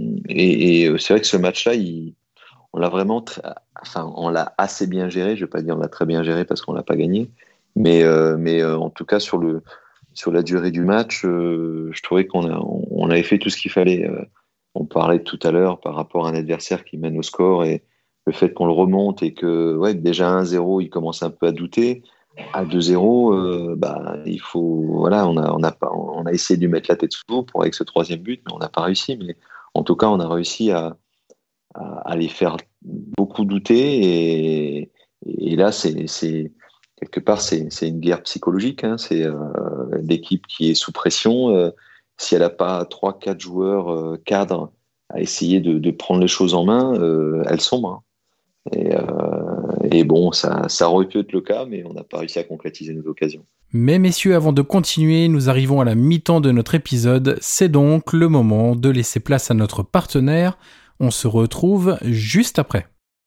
et, et c'est vrai que ce match-là, il, on l'a vraiment, très, enfin, on l'a assez bien géré. Je vais pas dire on l'a très bien géré parce qu'on l'a pas gagné, mais, euh, mais euh, en tout cas sur le, sur la durée du match, euh, je trouvais qu'on a, on, on avait fait tout ce qu'il fallait. Euh, on parlait tout à l'heure par rapport à un adversaire qui mène au score et le fait qu'on le remonte et que, ouais, déjà un zéro, il commence un peu à douter. À deux zéro, euh, bah, il faut, voilà, on a, on a pas, on a essayé de lui mettre la tête sous l'eau pour avec ce troisième but, mais on n'a pas réussi. Mais en tout cas, on a réussi à, à, à les faire beaucoup douter. Et, et là, c'est, c'est quelque part, c'est, c'est une guerre psychologique. Hein, c'est euh, l'équipe qui est sous pression. Euh, si elle n'a pas trois, quatre joueurs euh, cadres à essayer de, de prendre les choses en main, euh, elle sombre. Hein. Et, euh, et bon, ça, ça aurait pu être le cas, mais on n'a pas réussi à concrétiser nos occasions. Mais messieurs, avant de continuer, nous arrivons à la mi-temps de notre épisode. C'est donc le moment de laisser place à notre partenaire. On se retrouve juste après.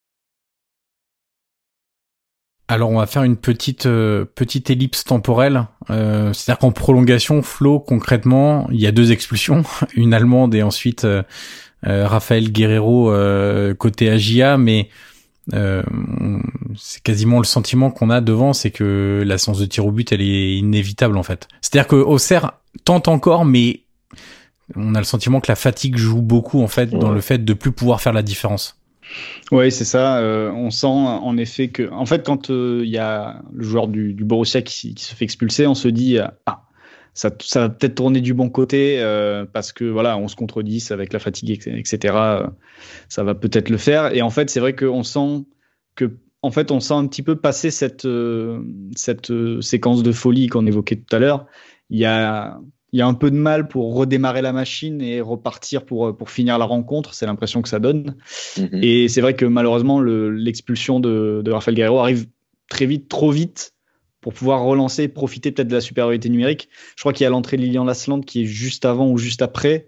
Alors on va faire une petite euh, petite ellipse temporelle. Euh, c'est-à-dire qu'en prolongation, Flo, concrètement, il y a deux expulsions, une allemande et ensuite euh, euh, Raphaël Guerreiro euh, côté A J A, mais Euh, c'est quasiment le sentiment qu'on a devant, c'est que la séance de tir au but, elle est inévitable en fait. C'est-à-dire que Auxerre tente encore, mais on a le sentiment que la fatigue joue beaucoup en fait ouais. dans le fait de plus pouvoir faire la différence. Oui, c'est ça. Euh, on sent en effet que, en fait, quand il euh, y a le joueur du, du Borussia qui, qui se fait expulser, on se dit euh, ah. Ça, ça va peut-être tourner du bon côté euh, parce que voilà, on se contre dix avec la fatigue, et cetera. Euh, ça va peut-être le faire. Et en fait, c'est vrai qu'on sent que, en fait, on sent un petit peu passer cette euh, cette euh, séquence de folie qu'on évoquait tout à l'heure. Il y a il y a un peu de mal pour redémarrer la machine et repartir pour pour finir la rencontre. C'est l'impression que ça donne. Mm-hmm. Et c'est vrai que malheureusement, le, l'expulsion de, de Raphaël Guerreiro arrive très vite, trop vite, pour pouvoir relancer, profiter peut-être de la supériorité numérique. Je crois qu'il y a l'entrée de Lilian Lasland qui est juste avant ou juste après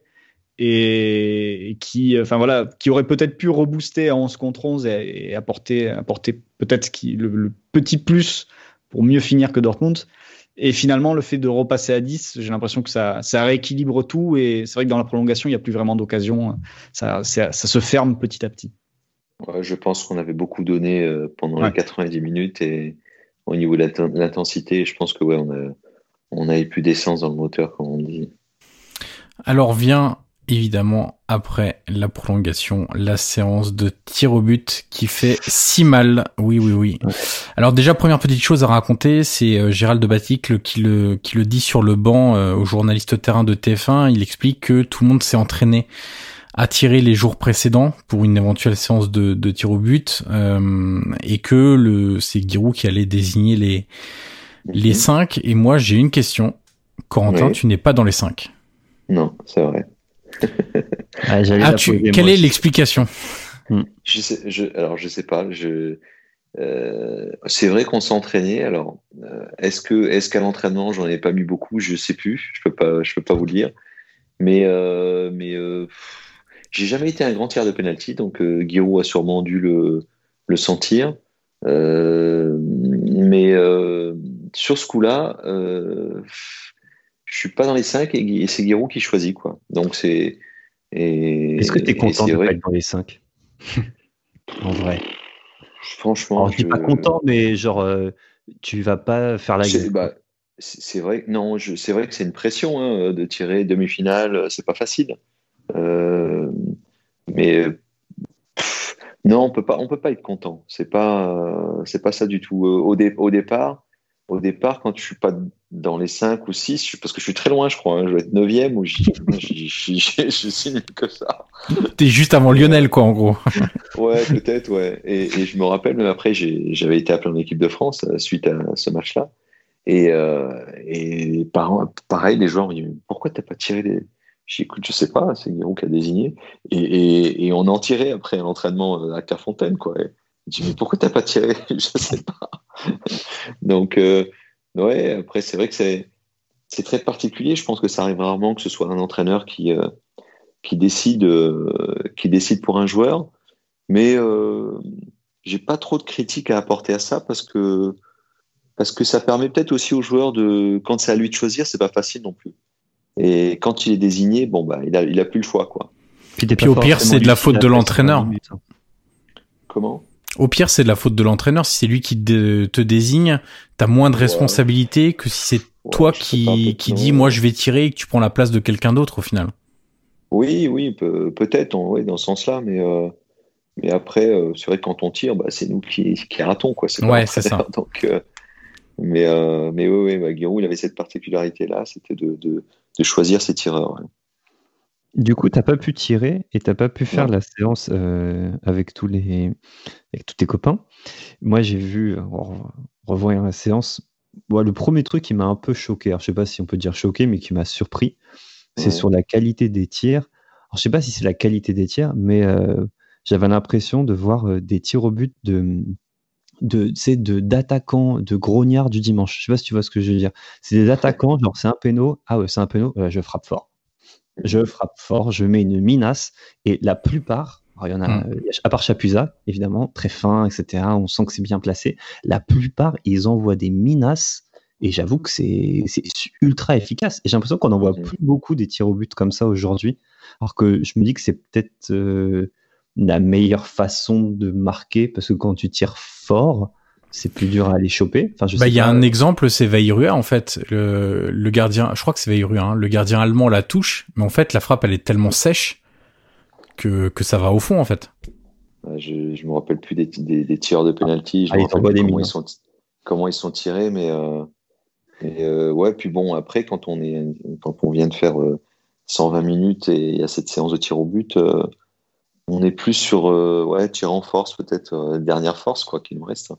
et qui, enfin voilà, qui aurait peut-être pu rebooster à onze contre onze et, et apporter, apporter peut-être ce qui, le, le petit plus pour mieux finir que Dortmund. Et finalement, le fait de repasser à dix, j'ai l'impression que ça, ça rééquilibre tout et c'est vrai que dans la prolongation, il n'y a plus vraiment d'occasion. Ça, ça, ça se ferme petit à petit. Ouais, je pense qu'on avait beaucoup donné euh, pendant ouais. les quatre-vingt-dix minutes et au niveau de l'intensité, je pense que ouais, on a, on a eu plus d'essence dans le moteur, comme on dit. Alors vient évidemment après la prolongation, la séance de tir au but qui fait si mal. Oui, oui, oui. Ouais. Alors déjà, première petite chose à raconter, c'est euh, Gérald de Baticle qui le qui le dit sur le banc euh, au journaliste terrain de T F un. Il explique que tout le monde s'est entraîné à tirer les jours précédents pour une éventuelle séance de, de tir au but euh, et que le c'est Giroud qui allait désigner les mm-hmm. les cinq. Et moi j'ai une question, Corentin, oui. tu n'es pas dans les cinq. Non, c'est vrai. ah, ah, tu, quelle est aussi. L'explication? Je sais, je, alors je sais pas. Je, euh, c'est vrai qu'on s'est entraîné. Alors euh, est-ce que est-ce qu'à l'entraînement j'en ai pas mis beaucoup? Je sais plus. Je peux pas je peux pas vous le dire. Mais euh, mais euh, j'ai jamais été un grand tireur de penalty, donc euh, Giroud a sûrement dû le, le sentir. Euh, mais euh, sur ce coup-là, euh, je suis pas dans les cinq et, et c'est Giroud qui choisit, quoi. Donc c'est. Et, Est-ce que tu es content de pas être dans les cinq? En vrai. Franchement. Alors, je suis pas content, mais genre, euh, tu vas pas faire la gueule. Bah, c'est vrai, non, je, c'est vrai que c'est une pression hein, de tirer demi-finale, c'est pas facile. Euh, mais pff, non, on peut pas, on peut pas être content. C'est pas, euh, c'est pas ça du tout. Au, dé, au départ, au départ, quand je suis pas dans les cinq ou six, parce que je suis très loin, je crois. Hein, je vais être neuvième ou je suis nul que ça. T'es juste avant Lionel, quoi, en gros. Ouais, peut-être, ouais. Et, et je me rappelle, même après, j'ai, j'avais été appelé en équipe de France euh, suite à ce match-là. Et, euh, et par, pareil, les joueurs me disent pourquoi t'as pas tiré les. Je dis écoute, je sais pas, c'est Giroud qui a désigné. Et, et, et on en tirait après l'entraînement à Clairefontaine, quoi. Et je dis mais pourquoi t'as pas tiré? Je sais pas. Donc, euh, ouais, après, c'est vrai que c'est, c'est très particulier. Je pense que ça arrive rarement que ce soit un entraîneur qui, euh, qui, décide, euh, qui décide pour un joueur. Mais euh, j'ai pas trop de critiques à apporter à ça parce que. Parce que ça permet peut-être aussi aux joueurs de, quand c'est à lui de choisir, c'est pas facile non plus. Et quand il est désigné, bon bah, il a, il a plus le choix, quoi. Puis, puis au pire, c'est de la faute de l'entraîneur. Comment? Au pire, c'est de la faute de l'entraîneur. Si c'est lui qui de, te désigne, t'as moins de responsabilité ouais. que si c'est ouais, toi qui, qui dis, moi je vais tirer et que tu prends la place de quelqu'un d'autre au final. Oui, oui, peut, peut-être, oui, dans ce sens-là, mais. Euh... Mais après, euh, c'est vrai que quand on tire, bah, c'est nous qui, qui ratons, quoi. C'est ouais, c'est ça. Donc, euh, mais, euh, mais oui, oui, bah, Giroud, il avait cette particularité-là, c'était de, de, de choisir ses tireurs. Ouais. Du coup, t'as pas pu tirer et t'as pas pu faire non. la séance euh, avec tous les, avec tous tes copains. Moi, j'ai vu, en revoyant la séance, bon, le premier truc qui m'a un peu choqué, alors je sais pas si on peut dire choqué, mais qui m'a surpris, c'est ouais. sur la qualité des tirs. Alors, je sais pas si c'est la qualité des tirs, mais euh, j'avais l'impression de voir euh, des tirs au but de, de, de, d'attaquants, de grognards du dimanche. Je sais pas si tu vois ce que je veux dire. C'est des attaquants, genre c'est un péno, ah ouais, c'est un péno, euh, je frappe fort. Je frappe fort, je mets une minace, et la plupart, alors il y en a, mmh. euh, à part Chapuisat, évidemment, très fin, et cetera, on sent que c'est bien placé, la plupart, ils envoient des minaces, et j'avoue que c'est, c'est ultra efficace. Et j'ai l'impression qu'on n'en voit mmh. plus beaucoup des tirs au but comme ça aujourd'hui, alors que je me dis que c'est peut-être... Euh, la meilleure façon de marquer, parce que quand tu tires fort, c'est plus dur à aller choper. Enfin, je bah, sais il y a pas. un exemple, c'est Veirua, en fait. Le, le gardien, je crois que c'est Veirua, hein, le gardien allemand la touche, mais en fait, la frappe, elle est tellement sèche que, que ça va au fond, en fait. Je, je me rappelle plus des, des, des tireurs de penalty. Je Ah, me ils rappelle envoient des comment mines. ils sont, comment ils sont tirés, mais euh, et, euh, ouais. Puis bon, après, quand on est, quand on vient de faire euh, cent vingt minutes et il y a cette séance de tir au but, euh, on est plus sur euh, ouais, tir en force, peut-être euh, dernière force, quoi, qu'il nous reste.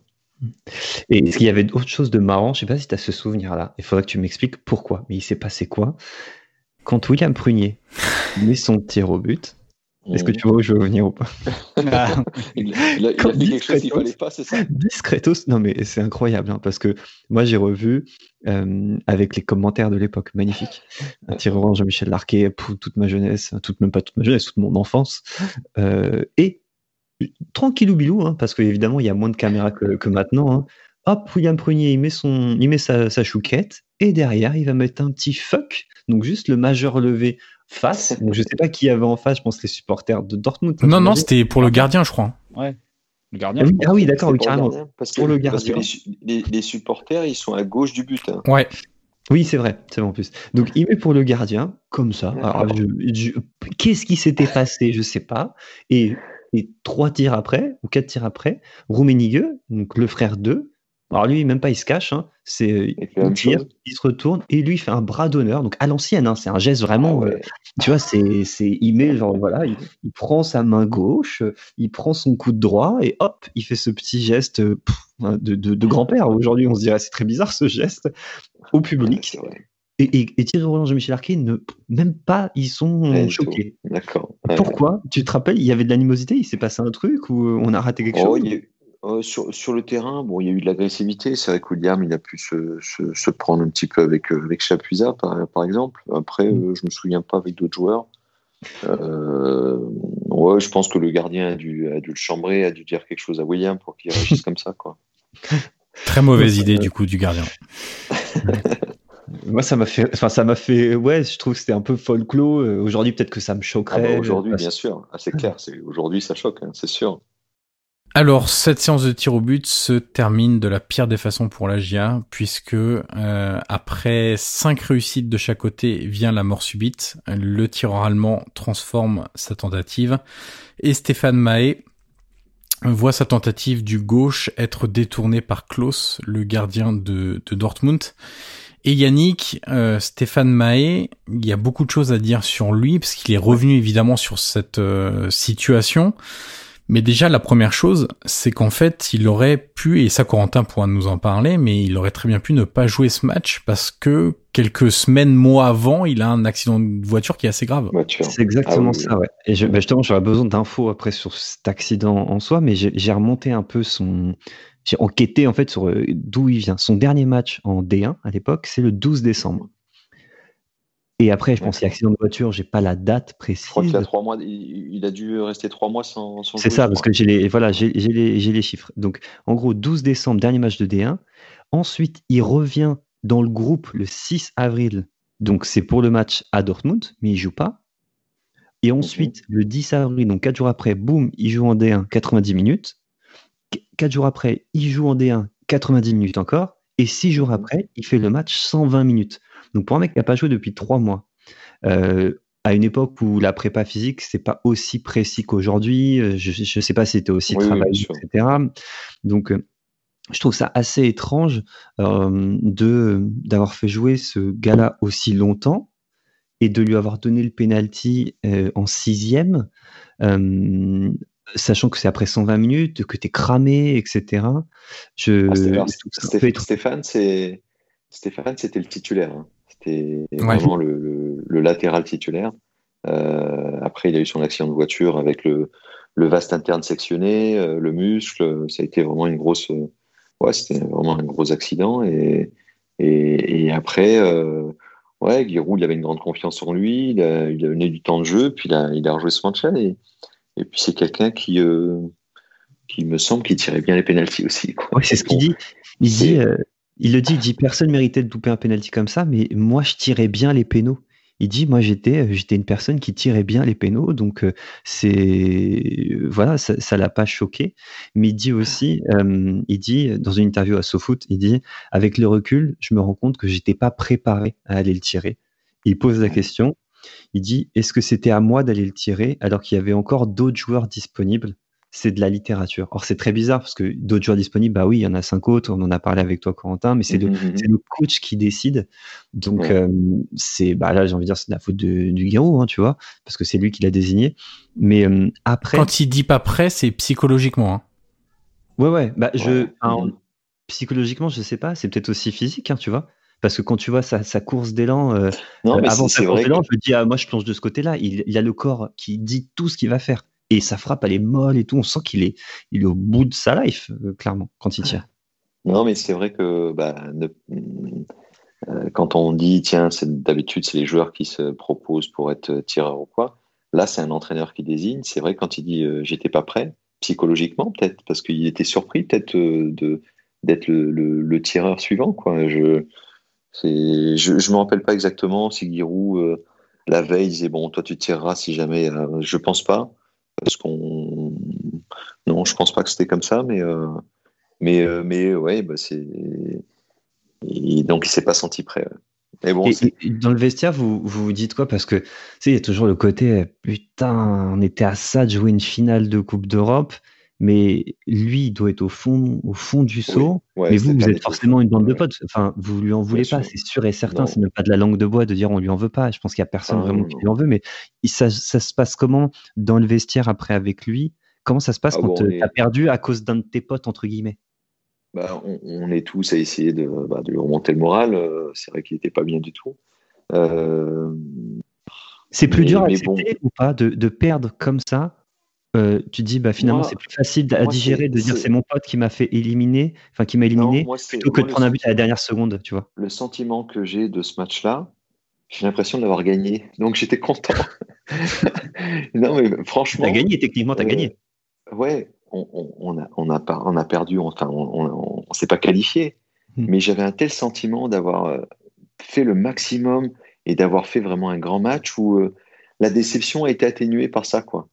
Et est-ce qu'il y avait autre chose de marrant? Je sais pas si tu as ce souvenir-là. Il faudrait que tu m'expliques pourquoi. Mais il s'est passé quoi? Quand William Prunier met son tir au but, est-ce que tu vois où je veux venir ou pas? Ah. il, il, a, il a fait quelque chose qu'il fallait pas, c'est ça? Discretos, non mais c'est incroyable, hein, parce que moi j'ai revu euh, avec les commentaires de l'époque, magnifique, un tir orange de Michel Larquet, pour toute ma jeunesse, toute même pas toute ma jeunesse, toute mon enfance, euh, et tranquillou bilou, hein, parce qu'évidemment il y a moins de caméras que, que maintenant. Hein. Hop, William Prunier, il met son, il met sa, sa chouquette, et derrière il va mettre un petit fuck, donc juste le majeur levé. Face, donc je sais pas qui y avait en face, je pense les supporters de Dortmund. Non, non, c'était pour le gardien, je crois. Ouais, le gardien. Ah oui, ah oui d'accord, oui, pour carrément. le gardien, parce que, pour le parce gardien. que les, les, les supporters, ils sont à gauche du but. Hein. Ouais. Oui, c'est vrai, c'est vrai en plus. Donc il met pour le gardien, comme ça. Alors, je, je, qu'est-ce qui s'était passé, je sais pas. Et, et trois tirs après, ou quatre tirs après, Rummenigge, donc le frère d'eux, alors lui, même pas, il se cache, hein, c'est, il, il tire, il se retourne, et lui, il fait un bras d'honneur, donc à l'ancienne, hein, c'est un geste vraiment, ah ouais. euh, tu vois, c'est, c'est, il met, genre, voilà, il, il prend sa main gauche, il prend son coude droit, et hop, il fait ce petit geste pff, de, de, de grand-père. Aujourd'hui, on se dirait, c'est très bizarre, ce geste, au public. Ouais, et, et, et Thierry Roland et Michel Larquet, ne, même pas, ils sont ouais, choqués. D'accord. Ouais. Pourquoi? Tu te rappelles, il y avait de l'animosité, il s'est passé un truc, ou on a raté quelque oh, chose? Il y a... Euh, sur, sur le terrain, bon, il y a eu de l'agressivité. C'est vrai que William, il a pu se, se, se prendre un petit peu avec, euh, avec Chapuisat, par, par exemple. Après, euh, je me souviens pas avec d'autres joueurs. Euh, ouais, je pense que le gardien a dû, a dû le chambrer, a dû dire quelque chose à William pour qu'il réagisse comme ça, quoi. Très mauvaise idée, du coup, du gardien. Moi, ça m'a fait, enfin, ça m'a fait, ouais, je trouve que c'était un peu folklore. Aujourd'hui, peut-être que ça me choquerait. Ah bah aujourd'hui, bien sûr. Ah, c'est clair. C'est, aujourd'hui, ça choque, hein, c'est sûr. Alors, cette séance de tir au but se termine de la pire des façons pour la J A, puisque euh, après cinq réussites de chaque côté vient la mort subite. Le tireur allemand transforme sa tentative, et Stéphane Mahé voit sa tentative du gauche être détournée par Klose, le gardien de, de Dortmund. Et Yannick, euh, Stéphane Mahé, il y a beaucoup de choses à dire sur lui, parce qu'il est revenu évidemment sur cette euh, situation. Mais déjà, la première chose, c'est qu'en fait, il aurait pu, et ça Corentin pourra nous en parler, mais il aurait très bien pu ne pas jouer ce match parce que quelques semaines, mois avant, il a un accident de voiture qui est assez grave. Voiture. C'est exactement ah, oui. ça, ouais. Et je, bah justement, j'aurais besoin d'infos après sur cet accident en soi, mais j'ai, j'ai remonté un peu son... J'ai enquêté en fait sur d'où il vient. Son dernier match en D un à l'époque, c'est le douze décembre. Et après, je pense qu'il y a accident de voiture, j'ai pas la date précise. Je crois qu'il a trois mois, il, il a dû rester trois mois sans, sans C'est jouer, ça, parce que j'ai les, voilà, j'ai, j'ai les, j'ai les chiffres. Donc, en gros, douze décembre, dernier match de D un. Ensuite, il revient dans le groupe le six avril. Donc, c'est pour le match à Dortmund, mais il joue pas. Et ensuite, mm-hmm. le dix avril, donc quatre jours après, boum, il joue en D un quatre-vingt-dix minutes. quatre jours après, il joue en D un quatre-vingt-dix minutes encore. Et six jours après, il fait le match cent vingt minutes. Donc pour un mec qui n'a pas joué depuis trois mois, euh, à une époque où la prépa physique, c'est pas aussi précis qu'aujourd'hui, je ne sais pas si c'était aussi oui, travaillé, oui, et cetera. Donc euh, je trouve ça assez étrange euh, de, d'avoir fait jouer ce gars-là aussi longtemps et de lui avoir donné le penalty euh, en sixième, euh, sachant que c'est après cent vingt minutes, que tu es cramé, et cetera. Je, ah, Stéphane, Stéphane, Stéphane, c'est... Stéphane, c'était le titulaire. Hein. C'était ouais. vraiment le, le, le latéral titulaire. Euh, après, il a eu son accident de voiture avec le, le vaste interne sectionné, euh, le muscle. Ça a été vraiment une grosse. Euh, ouais, c'était vraiment un gros accident. Et, et, et après, euh, ouais, Giroud, il avait une grande confiance en lui. Il a, il a donné du temps de jeu, puis il a, il a rejoué ce match-là. Et, et puis, c'est quelqu'un qui, euh, qui me semble, qui tirait bien les pénaltys aussi. Quoi. Ouais, c'est ce qu'il dit. Il dit. Euh... Il le dit, il dit personne méritait de louper un penalty comme ça, mais moi je tirais bien les pénaux. Il dit, moi j'étais, j'étais une personne qui tirait bien les pénaux, donc euh, c'est voilà, ça, ça l'a pas choqué. Mais il dit aussi, euh, il dit dans une interview à SoFoot, il dit, avec le recul, je me rends compte que j'étais pas préparé à aller le tirer. Il pose la question, il dit, est-ce que c'était à moi d'aller le tirer alors qu'il y avait encore d'autres joueurs disponibles? C'est de la littérature. Or, c'est très bizarre parce que d'autres joueurs disponibles, bah oui, il y en a cinq autres, on en a parlé avec toi, Corentin, mais c'est, mm-hmm. le, c'est le coach qui décide. Donc, ouais. euh, c'est, bah là, j'ai envie de dire, c'est de la faute de, du Guiraud, hein, tu vois, parce que c'est lui qui l'a désigné. Mais euh, après. Quand il dit pas prêt, c'est psychologiquement. Hein. Ouais, ouais, bah ouais. je. Alors, psychologiquement, je sais pas, c'est peut-être aussi physique, hein, tu vois. Parce que quand tu vois sa, sa course d'élan, euh, non, mais avant c'est, sa c'est course vrai d'élan, que... je me dis, ah, moi, je plonge de ce côté-là. Il, il a le corps qui dit tout ce qu'il va faire. Et sa frappe, elle est molle et tout. On sent qu'il est, il est au bout de sa life, euh, clairement, quand il tire. Non, mais c'est vrai que bah, ne, euh, quand on dit, tiens, c'est, d'habitude, c'est les joueurs qui se proposent pour être tireurs ou quoi. Là, c'est un entraîneur qui désigne. C'est vrai, quand il dit, euh, j'étais pas prêt, psychologiquement, peut-être, parce qu'il était surpris, peut-être, euh, de, d'être le, le, le tireur suivant, quoi. Je, c'est, je, je me rappelle pas exactement si Giroud, euh, la veille, disait, bon, toi, tu tireras si jamais. Euh, je pense pas. Parce qu'on non, je pense pas que c'était comme ça, mais euh... mais euh, mais ouais, bah c'est et donc il s'est pas senti prêt. Ouais. Mais bon, et, c'est... et dans le vestiaire, vous vous, vous dites quoi? Parce que tu sais, il y a toujours le côté putain, on était à ça de jouer une finale de Coupe d'Europe, mais lui, il doit être au fond au fond du seau. Oui. Ouais, mais vous, vous êtes forcément une bande ouais. de potes. Enfin, vous lui en voulez Bien pas, sûr. C'est sûr et certain. Non. C'est même pas de la langue de bois de dire on lui en veut pas. Je pense qu'il y a personne ah, vraiment non, qui non. lui en veut. Mais ça, ça se passe comment dans le vestiaire après avec lui? Comment ça se passe ah, quand bon, tu as est... perdu à cause d'un de tes potes entre guillemets? Bah, on, on est tous à essayer de, bah, de lui remonter le moral. Euh, c'est vrai qu'il n'était pas bien du tout. Euh... C'est plus mais, dur à accepter bon. ou pas de, de perdre comme ça? Euh, tu dis bah finalement moi, c'est plus facile à moi, digérer c'est, de dire c'est... c'est mon pote qui m'a fait éliminer, enfin qui m'a éliminé, non, moi, plutôt que moi, de prendre un but à la dernière seconde, tu vois. Le sentiment que j'ai de ce match-là, j'ai l'impression d'avoir gagné, donc j'étais content. Non mais franchement, t'as gagné techniquement, t'as euh, gagné. Ouais, on, on, on a on a pas on a perdu, enfin on on, on, on s'est pas qualifié, hmm. mais j'avais un tel sentiment d'avoir fait le maximum et d'avoir fait vraiment un grand match où euh, la déception a été atténuée par ça, quoi.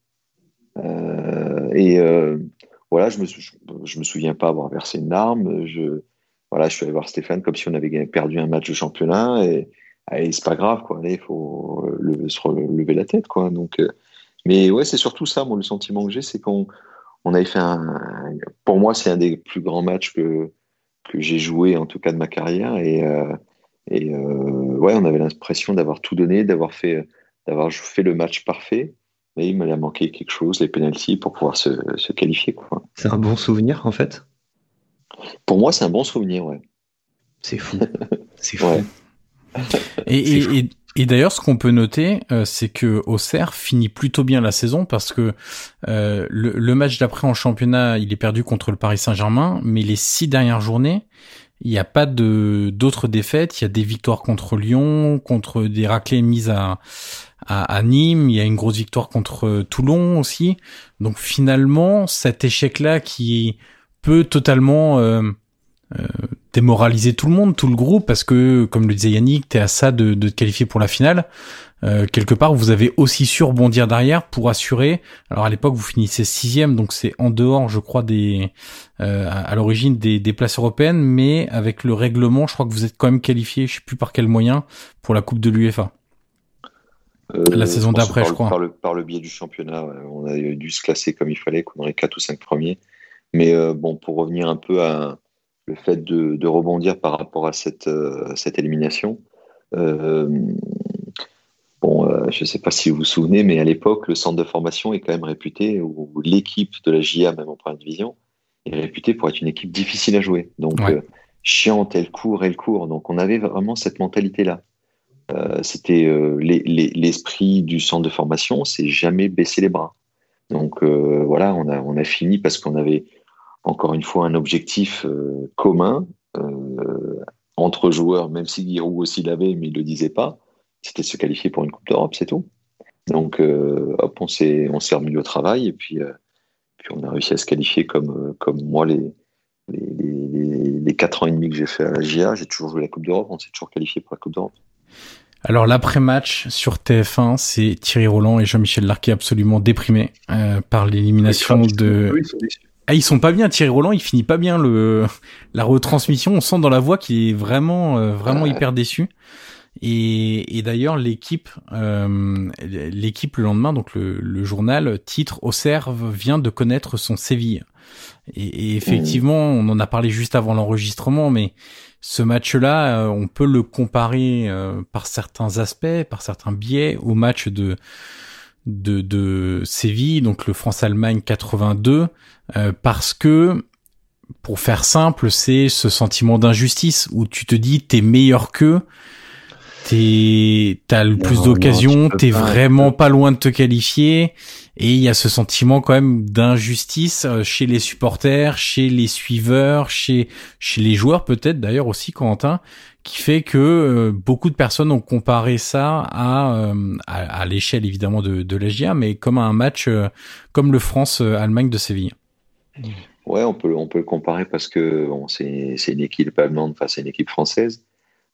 Euh, et euh, voilà, je me, je, je me souviens pas avoir versé une larme. Je, voilà, je suis allé voir Stéphane comme si on avait perdu un match de championnat et, et c'est pas grave, quoi. Il faut le, se relever la tête, quoi. Donc, euh, mais ouais, c'est surtout ça, moi, le sentiment que j'ai, c'est qu'on on avait fait un, un pour moi, c'est un des plus grands matchs que que j'ai joué, en tout cas de ma carrière, et euh, et euh, ouais, on avait l'impression d'avoir tout donné, d'avoir fait d'avoir fait le match parfait. Mais il m'allait manquer quelque chose, les pénaltys, pour pouvoir se, se qualifier, quoi. C'est un bon souvenir, en fait? Pour moi, c'est un bon souvenir, ouais. C'est fou. C'est fou. Ouais. Et, c'est et, fou. et, et d'ailleurs, ce qu'on peut noter, euh, c'est que Auxerre finit plutôt bien la saison parce que euh, le, le match d'après en championnat, il est perdu contre le Paris Saint-Germain, mais les six dernières journées, il n'y a pas de d'autres défaites. Il y a des victoires contre Lyon, contre des raclées mises à À, à Nîmes, il y a une grosse victoire contre Toulon aussi. Donc finalement, cet échec-là qui peut totalement euh, euh, démoraliser tout le monde, tout le groupe, parce que, comme le disait Yannick, t'es à ça de, de te qualifier pour la finale. Euh, quelque part, vous avez aussi su rebondir derrière pour assurer. Alors à l'époque, vous finissez sixième, donc c'est en dehors, je crois, des euh, à l'origine des, des places européennes, mais avec le règlement, je crois que vous êtes quand même qualifié, je sais plus par quel moyen, pour la Coupe de l'U E F A. Euh, la saison je d'après, par, je crois. Par le, par le biais du championnat, ouais. On a dû se classer comme il fallait, dans les quatre ou cinq premiers. Mais euh, bon, pour revenir un peu à le fait de, de rebondir par rapport à cette, euh, cette élimination, euh, bon, euh, je ne sais pas si vous vous souvenez, mais à l'époque, le centre de formation est quand même réputé, ou, ou l'équipe de la J A, même en première division, est réputée pour être une équipe difficile à jouer. Donc, ouais. euh, chiante, elle court, elle court. Donc, on avait vraiment cette mentalité-là. Euh, c'était euh, les, les, l'esprit du centre de formation, c'est jamais baisser les bras. Donc euh, voilà, on a, on a fini parce qu'on avait encore une fois un objectif euh, commun euh, entre joueurs, même si Giroud aussi l'avait, mais il le disait pas. C'était de se qualifier pour une Coupe d'Europe, c'est tout. Donc euh, hop, on s'est, on s'est remis au travail et puis, euh, puis on a réussi à se qualifier comme, comme moi les, les, les, les quatre ans et demi que j'ai fait à la J A, j'ai toujours joué la Coupe d'Europe, on s'est toujours qualifié pour la Coupe d'Europe. Alors l'après-match sur T F un, c'est Thierry Roland et Jean-Michel Larquet absolument déprimés euh, par l'élimination de... Oui, ils sont déçus. Ah, ils sont pas bien. Thierry Roland, il finit pas bien le la retransmission. On sent dans la voix qu'il est vraiment euh, vraiment ouais. hyper déçu. Et, et d'ailleurs l'équipe euh, l'équipe le lendemain, donc le, le journal titre Auxerre vient de connaître son Séville. Et, et effectivement, mmh. on en a parlé juste avant l'enregistrement, mais ce match-là, euh, on peut le comparer euh, par certains aspects, par certains biais, au match de de, de Séville, donc le France-Allemagne quatre-vingt-deux, euh, parce que, pour faire simple, c'est ce sentiment d'injustice où tu te dis t'es meilleur qu'eux, t'es t'as le plus non, d'occasions, t'es pas, vraiment pas loin de te qualifier, et il y a ce sentiment quand même d'injustice chez les supporters, chez les suiveurs, chez chez les joueurs peut-être d'ailleurs aussi, Corentin, qui fait que euh, beaucoup de personnes ont comparé ça à euh, à, à l'échelle évidemment de de la J A, mais comme un match euh, comme le France-Allemagne de Séville. Ouais, on peut on peut le comparer parce que bon, c'est c'est une équipe allemande face à une équipe française.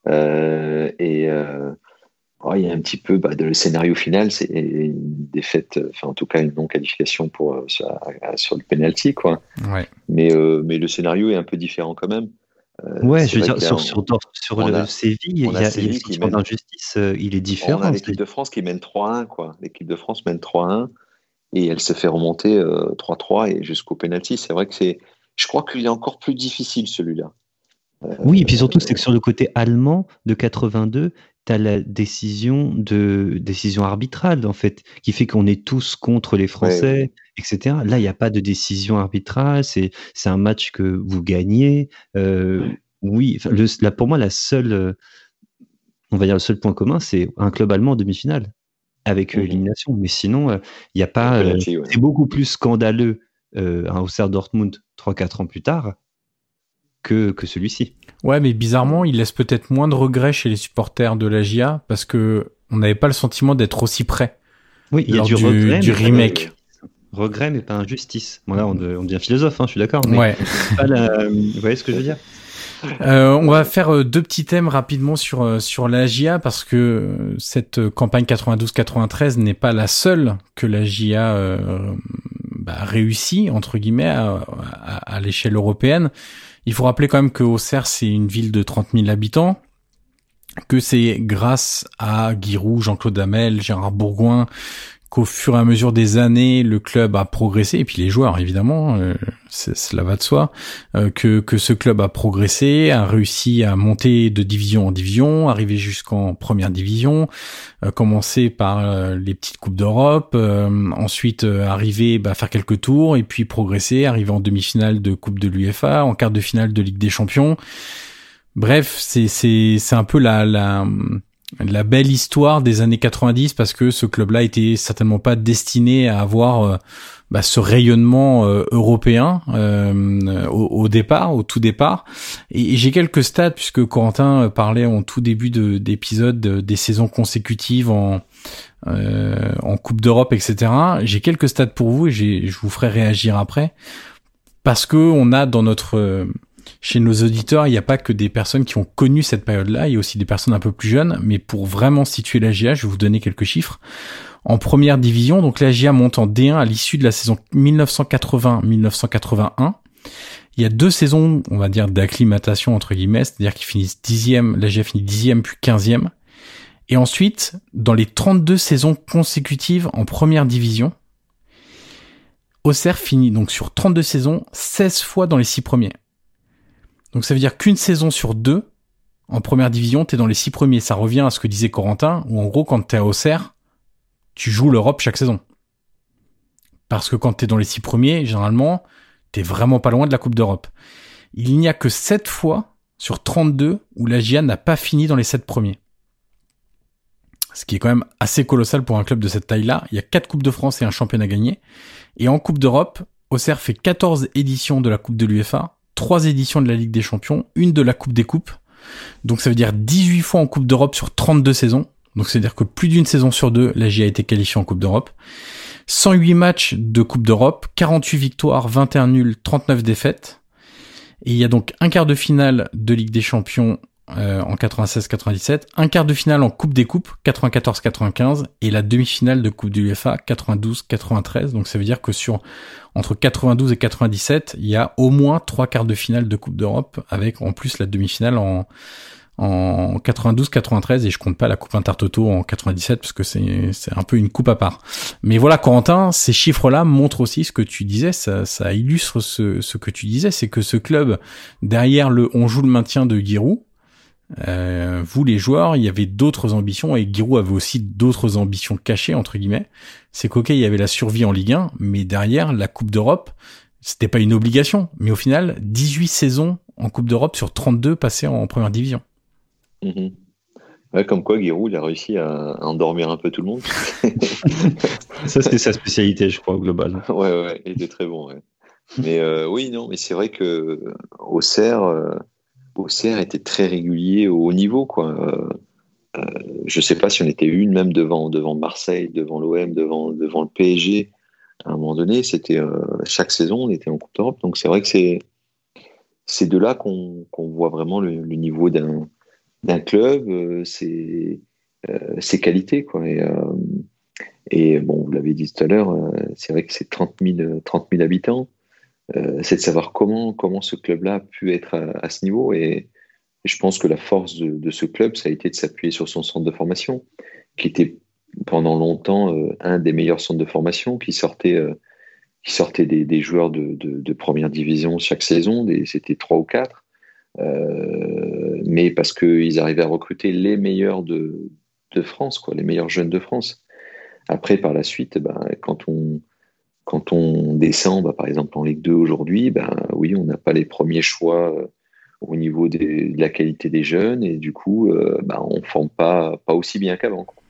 Euh, et euh, oh, il y a un petit peu bah, de, le scénario final, c'est une défaite, enfin en tout cas une non-qualification pour sur, sur le penalty, quoi. Ouais. Mais euh, mais le scénario est un peu différent quand même. Euh, ouais, je veux dire sur sur, sur le a, Séville, il y a, a Séville qui mène d'injustice, euh, il est différent. On a l'équipe de France qui mène trois à un, quoi. L'équipe de France mène trois à un et elle se fait remonter euh, trois à trois et jusqu'au penalty. C'est vrai que c'est, je crois qu'il est encore plus difficile celui-là. Euh, oui, et puis surtout, c'est que sur le côté allemand de quatre-vingt-deux, tu as la décision de décision arbitrale, en fait, qui fait qu'on est tous contre les Français, ouais, ouais. et cetera. Là, il n'y a pas de décision arbitrale, c'est, c'est un match que vous gagnez. Euh, oui, le, là, pour moi, la seule, on va dire le seul point commun, c'est un club allemand en demi-finale, avec mmh. élimination. Mais sinon, il euh, n'y a pas. Euh, ouais. C'est beaucoup plus scandaleux euh, un Auxerre Dortmund trois quatre ans plus tard. Que, que celui-ci. Ouais, mais bizarrement, il laisse peut-être moins de regrets chez les supporters de la J A parce que on n'avait pas le sentiment d'être aussi près. Oui, il y a du, du regret, du remake. Pas, regret, mais pas injustice. Bon là, on, on devient philosophe, hein, je suis d'accord. Mais ouais. Pas la, vous voyez ce que je veux dire? Euh, on va faire deux petits thèmes rapidement sur sur la J A parce que cette campagne quatre-vingt-douze quatre-vingt-treize n'est pas la seule que la J A euh, bah, réussit entre guillemets à, à, à l'échelle européenne. Il faut rappeler quand même que Auxerre, c'est une ville de trente mille habitants, que c'est grâce à Giroud, Jean-Claude Hamel, Gérard Bourgoin, qu'au fur et à mesure des années, le club a progressé, et puis les joueurs, évidemment, euh, cela va de soi, euh, que, que ce club a progressé, a réussi à monter de division en division, arriver jusqu'en première division, euh, commencer par euh, les petites coupes d'Europe, euh, ensuite euh, arriver bah, faire quelques tours, et puis progresser, arriver en demi-finale de Coupe de l'UEFA, en quart de finale de Ligue des Champions. Bref, c'est c'est c'est un peu la la la belle histoire des années quatre-vingt-dix parce que ce club-là était certainement pas destiné à avoir euh, bah, ce rayonnement euh, européen euh, au, au départ, au tout départ. Et, et j'ai quelques stats puisque Corentin parlait en tout début de, d'épisode de, des saisons consécutives en euh, en Coupe d'Europe, et cetera. J'ai quelques stats pour vous et j'ai, je vous ferai réagir après parce que on a dans notre euh, chez nos auditeurs, il n'y a pas que des personnes qui ont connu cette période-là, il y a aussi des personnes un peu plus jeunes, mais pour vraiment situer la J A, je vais vous donner quelques chiffres. En première division, donc la J A monte en D un à l'issue de la saison dix-neuf cent quatre-vingts dix-neuf cent quatre-vingt-un. Il y a deux saisons, on va dire, d'acclimatation, entre guillemets, c'est-à-dire qu'ils finissent dixième, la J A finit dixième puis quinzième. Et ensuite, dans les trente-deux saisons consécutives en première division, Auxerre finit donc sur trente-deux saisons, seize fois dans les six premiers. Donc ça veut dire qu'une saison sur deux, en première division, t'es dans les six premiers. Ça revient à ce que disait Corentin, où en gros, quand t'es à Auxerre, tu joues l'Europe chaque saison. Parce que quand t'es dans les six premiers, généralement, t'es vraiment pas loin de la Coupe d'Europe. Il n'y a que sept fois sur trente-deux où la J A n'a pas fini dans les sept premiers. Ce qui est quand même assez colossal pour un club de cette taille-là. Il y a quatre Coupes de France et un championnat gagné. Et en Coupe d'Europe, Auxerre fait quatorze éditions de la Coupe de l'UEFA, trois éditions de la Ligue des Champions, une de la Coupe des Coupes. Donc ça veut dire dix-huit fois en Coupe d'Europe sur trente-deux saisons. Donc c'est à dire que plus d'une saison sur deux, la J A a été qualifiée en Coupe d'Europe. cent huit matchs de Coupe d'Europe, quarante-huit victoires, vingt et un nuls, trente-neuf défaites. Et il y a donc un quart de finale de Ligue des Champions euh, en quatre-vingt-seize quatre-vingt-dix-sept, un quart de finale en Coupe des Coupes quatre-vingt-quatorze quatre-vingt-quinze et la demi-finale de Coupe de l'UEFA quatre-vingt-douze quatre-vingt-treize. Donc ça veut dire que sur entre quatre-vingt-douze et quatre-vingt-dix-sept, il y a au moins trois quarts de finale de Coupe d'Europe avec en plus la demi-finale en en quatre-vingt-douze quatre-vingt-treize et je compte pas la coupe Intertoto en quatre-vingt-dix-sept parce que c'est c'est un peu une coupe à part. Mais voilà, Corentin, ces chiffres-là montrent aussi ce que tu disais, ça ça illustre ce ce que tu disais, c'est que ce club derrière le on joue le maintien de Giroud, euh, vous les joueurs, il y avait d'autres ambitions et Giroud avait aussi d'autres ambitions cachées entre guillemets. C'est qu'OK, il y avait la survie en Ligue un, mais derrière la Coupe d'Europe, c'était pas une obligation, mais au final, dix-huit saisons en Coupe d'Europe sur trente-deux passées en première division. Mmh. Ouais, comme quoi Giroud il a réussi à, à endormir un peu tout le monde. Ça c'était sa spécialité, je crois, au global. Ouais, ouais, il était très bon. Ouais. Mais euh, oui, non, mais c'est vrai que Auxerre, euh, Auxerre était très régulier au haut niveau, quoi. Euh, euh, je sais pas si on était une même devant devant Marseille, devant l'O M, devant devant le P S G. À un moment donné, c'était euh, chaque saison on était en Coupe d'Europe, donc c'est vrai que c'est c'est de là qu'on qu'on voit vraiment le, le niveau d'un d'un club, euh, ses, euh, ses qualités, quoi. Et, euh, et bon, vous l'avez dit tout à l'heure, euh, c'est vrai que c'est trente mille habitants. Euh, c'est de savoir comment, comment ce club-là a pu être à, à ce niveau. Et, et je pense que la force de, de ce club, ça a été de s'appuyer sur son centre de formation, qui était pendant longtemps euh, un des meilleurs centres de formation, qui sortait, euh, qui sortait des, des joueurs de, de, de première division chaque saison. Des, c'était trois ou quatre. Euh, mais parce qu'ils arrivaient à recruter les meilleurs de, de France, quoi, les meilleurs jeunes de France. Après, par la suite, ben, quand, on, quand on descend, ben, par exemple en Ligue deux aujourd'hui, ben, oui, on n'a pas les premiers choix euh, au niveau des, de la qualité des jeunes et du coup, euh, ben, on ne forme pas, pas aussi bien qu'avant, quoi.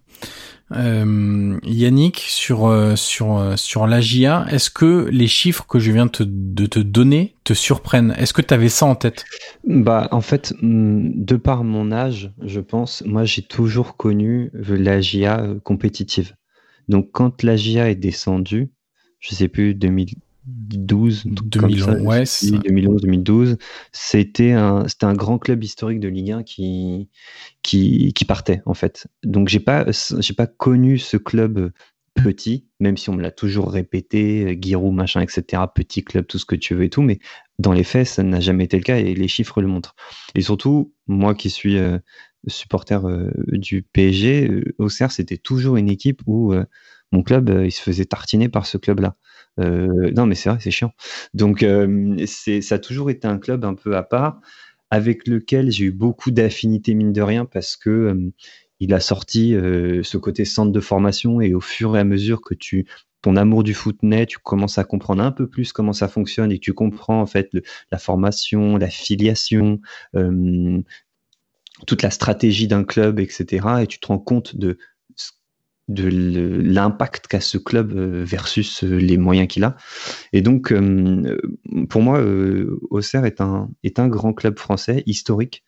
Euh, Yannick, sur euh, sur euh, sur l'A J A, est-ce que les chiffres que je viens de te, de te donner te surprennent? Est-ce que tu avais ça en tête? Bah, en fait, de par mon âge, je pense, moi j'ai toujours connu l'A J A compétitive. Donc quand l'A J A est descendu, je sais plus, deux mille douze, deux mille onze, ouais, c'est deux mille onze, deux mille douze, c'était un, c'était un grand club historique de Ligue un qui, qui, qui partait, en fait. Donc, j'ai pas, j'ai pas connu ce club petit, même si on me l'a toujours répété, Giroud, machin, et cetera, petit club, tout ce que tu veux et tout, mais dans les faits, ça n'a jamais été le cas et les chiffres le montrent. Et surtout, moi qui suis euh, supporter euh, du P S G, euh, Auxerre, c'était toujours une équipe où euh, mon club, euh, il se faisait tartiner par ce club-là. Euh, non, mais c'est vrai, c'est chiant. Donc, euh, c'est, ça a toujours été un club un peu à part, avec lequel j'ai eu beaucoup d'affinités, mine de rien, parce que euh, il a sorti euh, ce côté centre de formation, et au fur et à mesure que tu, ton amour du foot naît, tu commences à comprendre un peu plus comment ça fonctionne, et tu comprends en fait le, la formation, la filiation, euh, toute la stratégie d'un club, et cetera. Et tu te rends compte de de l'impact qu'a ce club versus les moyens qu'il a. Et donc, pour moi, Auxerre est un, est un grand club français, historique.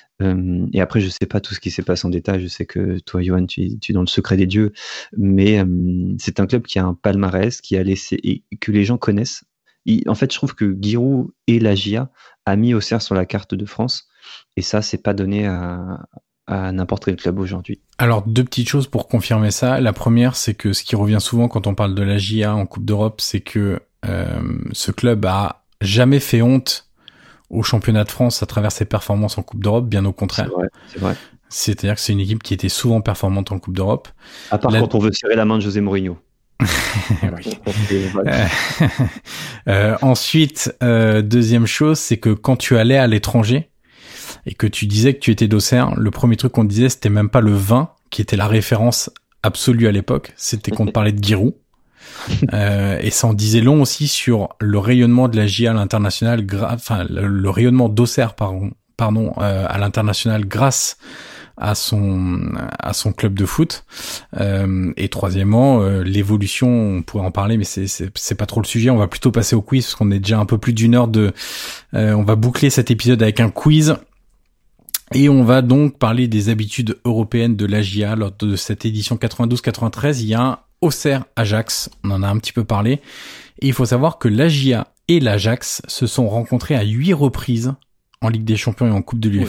Et après, je ne sais pas tout ce qui s'est passé en détail. Je sais que toi, Johan, tu, tu es dans le secret des dieux. Mais c'est un club qui a un palmarès, qui a laissé, et que les gens connaissent. Il, en fait, je trouve que Giroud et la J A a mis Auxerre sur la carte de France. Et ça, c'est pas donné à... à n'importe quel club aujourd'hui. Alors, deux petites choses pour confirmer ça. La première, c'est que ce qui revient souvent quand on parle de la J A en Coupe d'Europe, c'est que euh, ce club a jamais fait honte au championnat de France à travers ses performances en Coupe d'Europe, bien au contraire. C'est vrai, c'est vrai. C'est-à-dire que c'est une équipe qui était souvent performante en Coupe d'Europe. À part la... quand on veut serrer la main de José Mourinho. euh, ensuite, euh, deuxième chose, c'est que quand tu allais à l'étranger, et que tu disais que tu étais d'Auxerre, le premier truc qu'on disait, c'était même pas le vin, qui était la référence absolue à l'époque, c'était qu'on te parlait de Giroud. euh, et ça en disait long aussi sur le rayonnement de la J A à l'international, gra- enfin le, le rayonnement d'Auxerre, pardon, pardon euh, à l'international grâce à son à son club de foot. Euh, et troisièmement, euh, l'évolution, on pourrait en parler, mais c'est, c'est c'est pas trop le sujet. On va plutôt passer au quiz parce qu'on est déjà un peu plus d'une heure de. Euh, on va boucler cet épisode avec un quiz. Et on va donc parler des habitudes européennes de l'A J A lors de cette édition quatre-vingt-douze quatre-vingt-treize. Il y a un Auxerre-Ajax, on en a un petit peu parlé. Et il faut savoir que l'A J A et l'Ajax se sont rencontrés à huit reprises en Ligue des Champions et en Coupe de l'UEFA.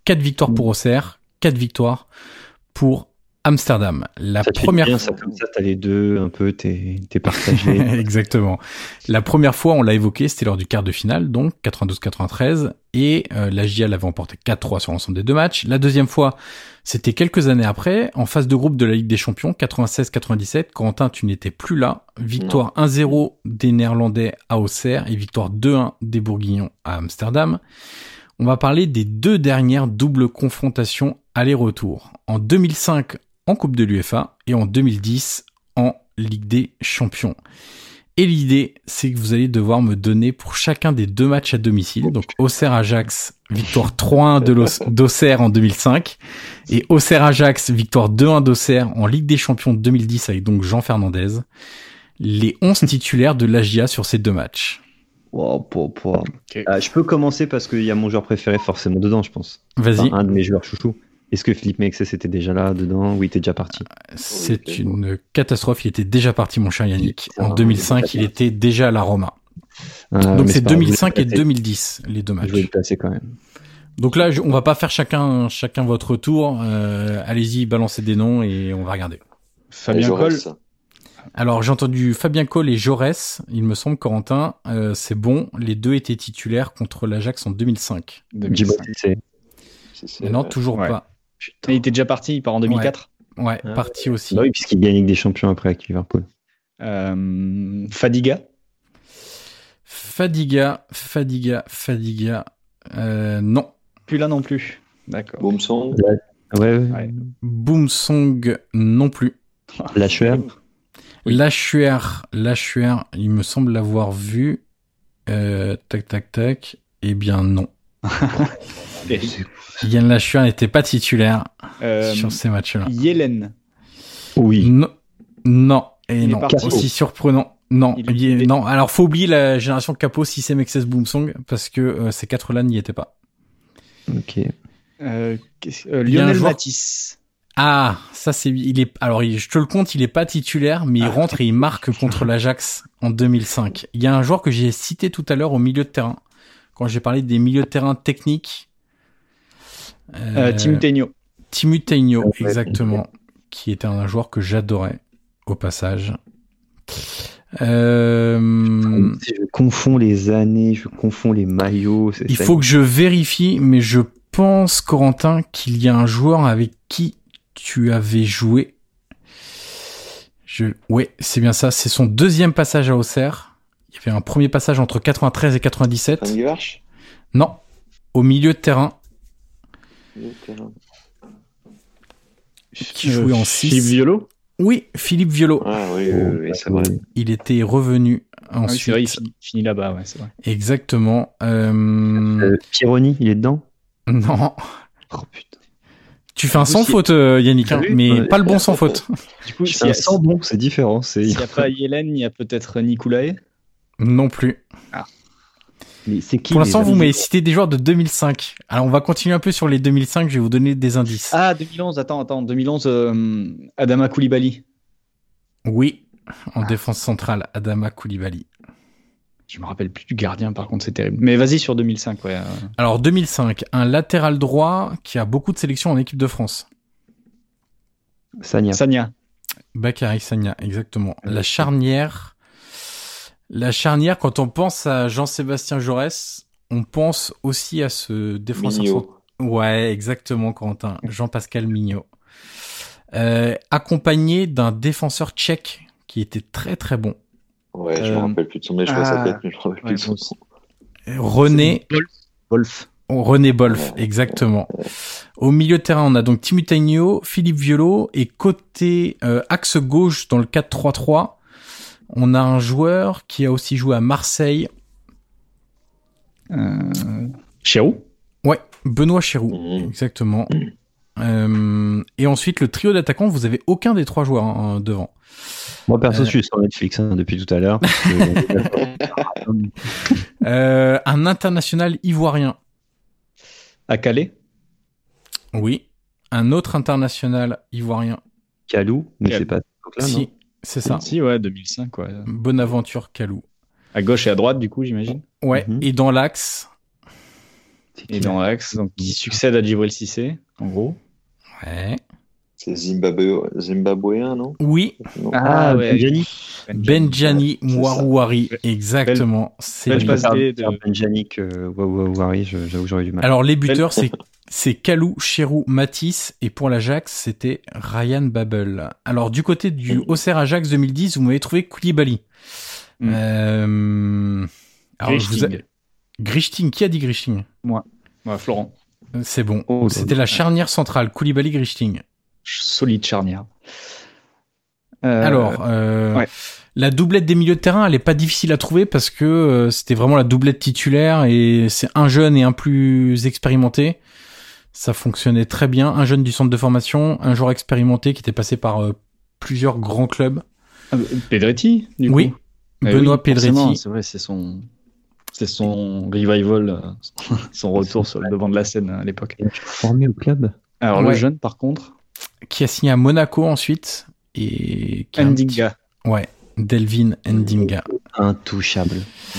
quatre victoires pour Auxerre, quatre victoires pour Amsterdam. La ça te première fait bien, ça, comme ça, t'as les deux, un peu, t'es, t'es partagé. Exactement. La première fois, on l'a évoqué, c'était lors du quart de finale, donc quatre-vingt-douze quatre-vingt-treize, et euh, la J A l'avait emporté quatre trois sur l'ensemble des deux matchs. La deuxième fois, c'était quelques années après, en phase de groupe de la Ligue des Champions, quatre-vingt-seize quatre-vingt-dix-sept. Corentin, tu n'étais plus là. Victoire non. un zéro des Néerlandais à Auxerre et victoire deux un des Bourguignons à Amsterdam. On va parler des deux dernières doubles confrontations aller-retour. En deux mille cinq, en Coupe de l'UEFA et en deux mille dix en Ligue des Champions. Et l'idée, c'est que vous allez devoir me donner pour chacun des deux matchs à domicile. Donc Auxerre-Ajax, victoire trois un de d'Auxerre en deux mille cinq. Et Auxerre-Ajax, victoire deux un d'Auxerre en Ligue des Champions deux mille dix avec donc Jean Fernandez. Les onze titulaires de l'A J A sur ces deux matchs. Wow, pour, pour. Okay. Euh, je peux commencer parce qu'il y a mon joueur préféré forcément dedans, je pense. Vas-y. Enfin, un de mes joueurs chouchous. Est-ce que Philippe Mexès était déjà là, dedans, ou il était déjà parti? C'est oui, une bon. catastrophe. Il était déjà parti, mon cher Yannick. En deux mille cinq, il était déjà à la Roma. Euh, Donc c'est deux mille cinq et deux mille dix, les deux matchs. Je vais le placer quand même. Donc là, on va pas faire chacun, chacun votre tour. Euh, allez-y, balancez des noms et on va regarder. Fabien Coll. Alors j'ai entendu Fabien Coll et Jaurès. Il me semble, Corentin, euh, c'est bon. Les deux étaient titulaires contre l'Ajax en deux mille cinq. deux mille cinq. C'est... C'est... Non, toujours ouais. pas. Putain. Il était déjà parti, il part en deux mille quatre. Ouais, ouais ah, parti aussi. Bah oui, puisqu'il gagne Ligue des Champions après avec Liverpool. Euh, Fadiga. Fadiga, Fadiga, Fadiga. Euh, non. Plus là non plus. D'accord. Boumsong. Ouais, ouais. ouais. Boumsong non plus. Lachuer. Oui. Lachuer, Lachuer, il me semble l'avoir vu. Euh, tac, tac, tac. Eh bien, non. Yann Lachuer n'était pas titulaire euh, sur ces matchs-là. Yellen. Oui. No, non. Et il non. Aussi surprenant. Non. Il il est... Non. Alors, faut oublier la génération Capo, Sissé, Mexès, Boumsong, parce que euh, ces quatre-là n'y étaient pas. Ok. Euh, euh, Lionel joueur... Matisse. Ah, ça c'est, il est, alors il, je te le compte, il est pas titulaire, mais il ah, rentre et il marque contre l'Ajax en deux mille cinq. Il y a un joueur que j'ai cité tout à l'heure au milieu de terrain, quand j'ai parlé des milieux de terrain techniques. Euh, euh, Timu Tainio. Timu Tainio, exactement, qui était un joueur que j'adorais, au passage. Euh... Je confonds les années, je confonds les maillots. C'est il ça. faut que je vérifie, mais je pense, Corentin, qu'il y a un joueur avec qui tu avais joué. Je... Ouais, c'est bien ça. C'est son deuxième passage à Auxerre. Il y avait un premier passage entre quatre-vingt-treize et quatre-vingt-dix-sept. Non, au milieu de terrain. Milieu de terrain. Qui jouait en six. Philippe Violo. Oui, Philippe Violo. Ah oui, oui, oui, c'est vrai. Il était revenu ensuite. Ah oui, c'est vrai, il finit, finit là-bas, ouais, c'est vrai. Exactement. Euh... Euh, Pironi, il est dedans? Non. Oh putain. Tu fais un sans faute, euh, Yannick, hein, mais ouais, pas le bon sans faute. Du coup, c'est un sans bon, c'est différent. S'il n'y a pas Yellen, il y a peut-être Nicolae. Non plus. Ah. Mais c'est qui? Pour l'instant, vous m'avez cité des joueurs de deux mille cinq. Alors, on va continuer un peu sur les deux mille cinq. Je vais vous donner des indices. Ah, deux mille onze. Attends, attends. deux mille onze. Euh, Adama Koulibaly. Oui, en ah. défense centrale, Adama Koulibaly. Je me rappelle plus du gardien, par contre, c'est terrible. Mais vas-y sur deux mille cinq, ouais. Alors, deux mille cinq, un latéral droit qui a beaucoup de sélections en équipe de France. Sagna. Sagna. Bakary Sagna, exactement. La charnière. La charnière, quand on pense à Jean-Sébastien Jaurès, on pense aussi à ce défenseur central. Ouais, exactement, Corentin. Jean-Pascal Mignot. Euh, accompagné d'un défenseur tchèque qui était très très bon. Ouais, je euh... me rappelle plus de son, mais je vois ah... sa tête, mais je me rappelle ouais, plus de son nom. René Bolf. René Bolf, ouais. Exactement. Ouais. Au milieu de terrain, on a donc Timu Tainio, Philippe Violo, et côté euh, axe gauche dans le quatre trois trois, on a un joueur qui a aussi joué à Marseille. Euh... Chirou. Ouais, Benoît Chirou, mmh. exactement. Mmh. Euh, et ensuite, le trio d'attaquants, vous avez aucun des trois joueurs hein, devant. Moi, perso, euh... je suis sur Netflix hein, depuis tout à l'heure. euh, un international ivoirien. À Calais. Oui. Un autre international ivoirien. Kalou, mais Cal... c'est pas là, si, non c'est ça. Si, ouais, deux mille cinq, ouais. Bonaventure Kalou. À gauche et à droite, du coup, j'imagine. Ouais, mm-hmm. Et dans l'axe. Et dans l'axe, donc qui succède à Djibril Cissé, en gros. Ouais. C'est Zimbabwe... zimbabwéen, non? Oui. Non. Ah, ah ouais. Benjani. Benjani Mwarouari, exactement. C'est Belle lui. passe D de... Benjani que Wawari, j'avoue j'aurais du mal. Alors les buteurs, c'est c'est Kalou, Cherou, Matisse, et pour l'Ajax, c'était Ryan Babel. Alors du côté du Auxerre Ajax deux mille dix, vous m'avez trouvé Koulibaly. Mm. Euh... Alors, je vous a... Grichting. Grichting, qui a dit Grichting? Moi. Ouais, Florent. C'est bon. Oh, C'était la charnière centrale, Koulibaly-Grichting. Solide charnière. Euh... Alors, euh... ouais. la doublette des milieux de terrain, elle est pas difficile à trouver parce que euh, c'était vraiment la doublette titulaire et c'est un jeune et un plus expérimenté. Ça fonctionnait très bien. Un jeune du centre de formation, un joueur expérimenté qui était passé par euh, plusieurs grands clubs. Ah, Pedretti, du oui. coup. Benoît oui, Pedretti. C'est vrai, c'est son, c'est son revival, son retour sur le devant de la scène à l'époque. Et tu es formé au club? Alors ouais. le jeune, par contre, qui a signé à Monaco ensuite et qui Ndinga. Petit... Ouais, Delvin Ndinga. Intouchable.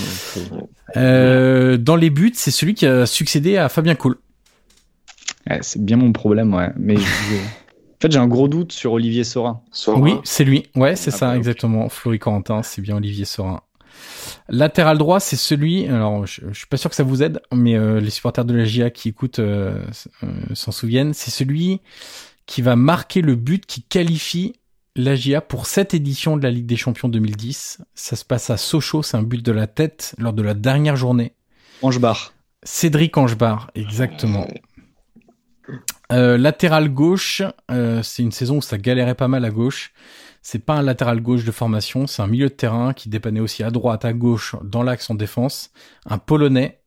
Euh, dans les buts, c'est celui qui a succédé à Fabien Cool. Ouais, c'est bien mon problème, ouais. Mais je... en fait, j'ai un gros doute sur Olivier Saurin. Saurin. Oui, c'est lui. Ouais, c'est Ah, ça, bah, exactement. Florie Corentin, c'est bien Olivier Saurin. Latéral droit, c'est celui. Alors, je, je suis pas sûr que ça vous aide, mais euh, les supporters de la J A qui écoutent euh, euh, s'en souviennent. C'est celui qui va marquer le but qui qualifie la J A pour cette édition de la Ligue des Champions deux mille dix. Ça se passe à Sochaux, c'est un but de la tête lors de la dernière journée. Angebar. Cédric Angebar, exactement. Euh, latéral gauche, euh, c'est une saison où ça galérait pas mal à gauche. C'est pas un latéral gauche de formation, c'est un milieu de terrain qui dépannait aussi à droite, à gauche, dans l'axe en défense. Un Polonais.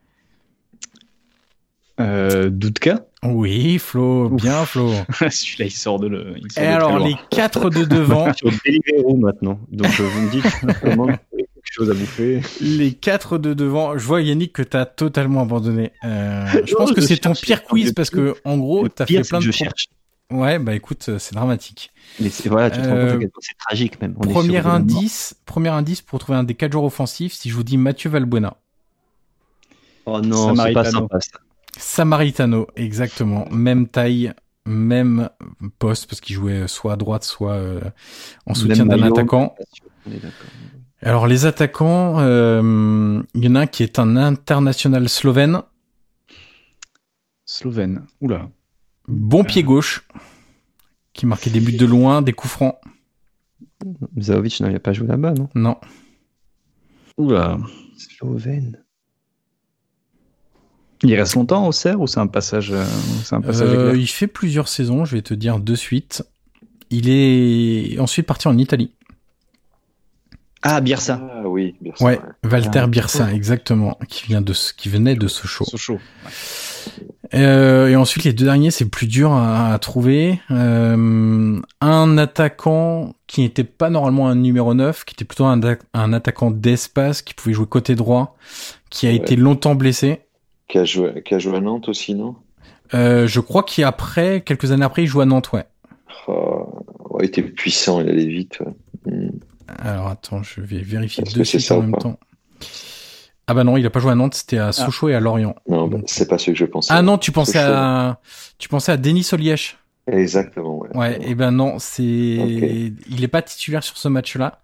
Euh, Dudka. Oui, Flo, Ouf. Bien Flo. Celui-là, il sort de le. Il sort Et de alors, très loin. les quatre de devant. Sur Deliveroo maintenant. Donc euh, vous me dites comment quelque chose à bouffer. Les quatre de devant. Je vois Yannick que t'as totalement abandonné. Euh, je pense Non, que je c'est ton cherche, pire quiz le parce pire- que en gros, Le t'as pire, fait c'est plein que de. je cherche. Ouais, bah écoute, c'est dramatique. Mais c'est- voilà, tu te rends Euh, compte à quel point c'est tragique même. On est Premier sur de la mort. indice, premier indice pour trouver un des quatre joueurs offensifs. Si je vous dis Mathieu Valbuena. Oh non, c'est pas Samaritano. sympa ça. Samaritano, exactement. Même taille, même poste, parce qu'il jouait soit à droite, soit euh, en soutien Même d'un maillot. attaquant. On est d'accord. Alors les attaquants, euh, il y en a un qui est un international slovène, Slovène. Oula. bon pied gauche, qui marquait des buts de loin, des coups francs. Zaovic n'avait pas joué là-bas, non? Non. Oula. Slovène. Il reste longtemps au Serre ou c'est un passage, euh, c'est un passage Euh, éclair il fait plusieurs saisons, je vais te dire de suite. Il est ensuite parti en Italie. Ah, Bielsa. Ah oui, bien sûr. Ouais, Walter Ah. Bielsa, exactement, qui vient de, qui venait de Sochaux. Sochaux. Euh, et ensuite, les deux derniers, c'est plus dur à, à trouver. Euh, un attaquant qui n'était pas normalement un numéro neuf, qui était plutôt un, un attaquant d'espace, qui pouvait jouer côté droit, qui a Ouais. été longtemps blessé. Qui a joué, qui a joué à Nantes aussi, non? Euh, je crois qu'après, quelques années après, il joue à Nantes, ouais. Oh, ouais, il était puissant, il allait vite. Ouais. Hmm. Alors, attends, je vais vérifier Est-ce de que c'est suite ça en ou même pas temps. Ah bah non, il a pas joué à Nantes, c'était à Sochaux et à Lorient. Non, bah, Donc- c'est pas ce que je pensais. Ah non, tu pensais Sochaux. à, tu pensais à Denis Olièche. Exactement, ouais. Ouais, et ben non, c'est, Ok. il est pas titulaire sur ce match-là.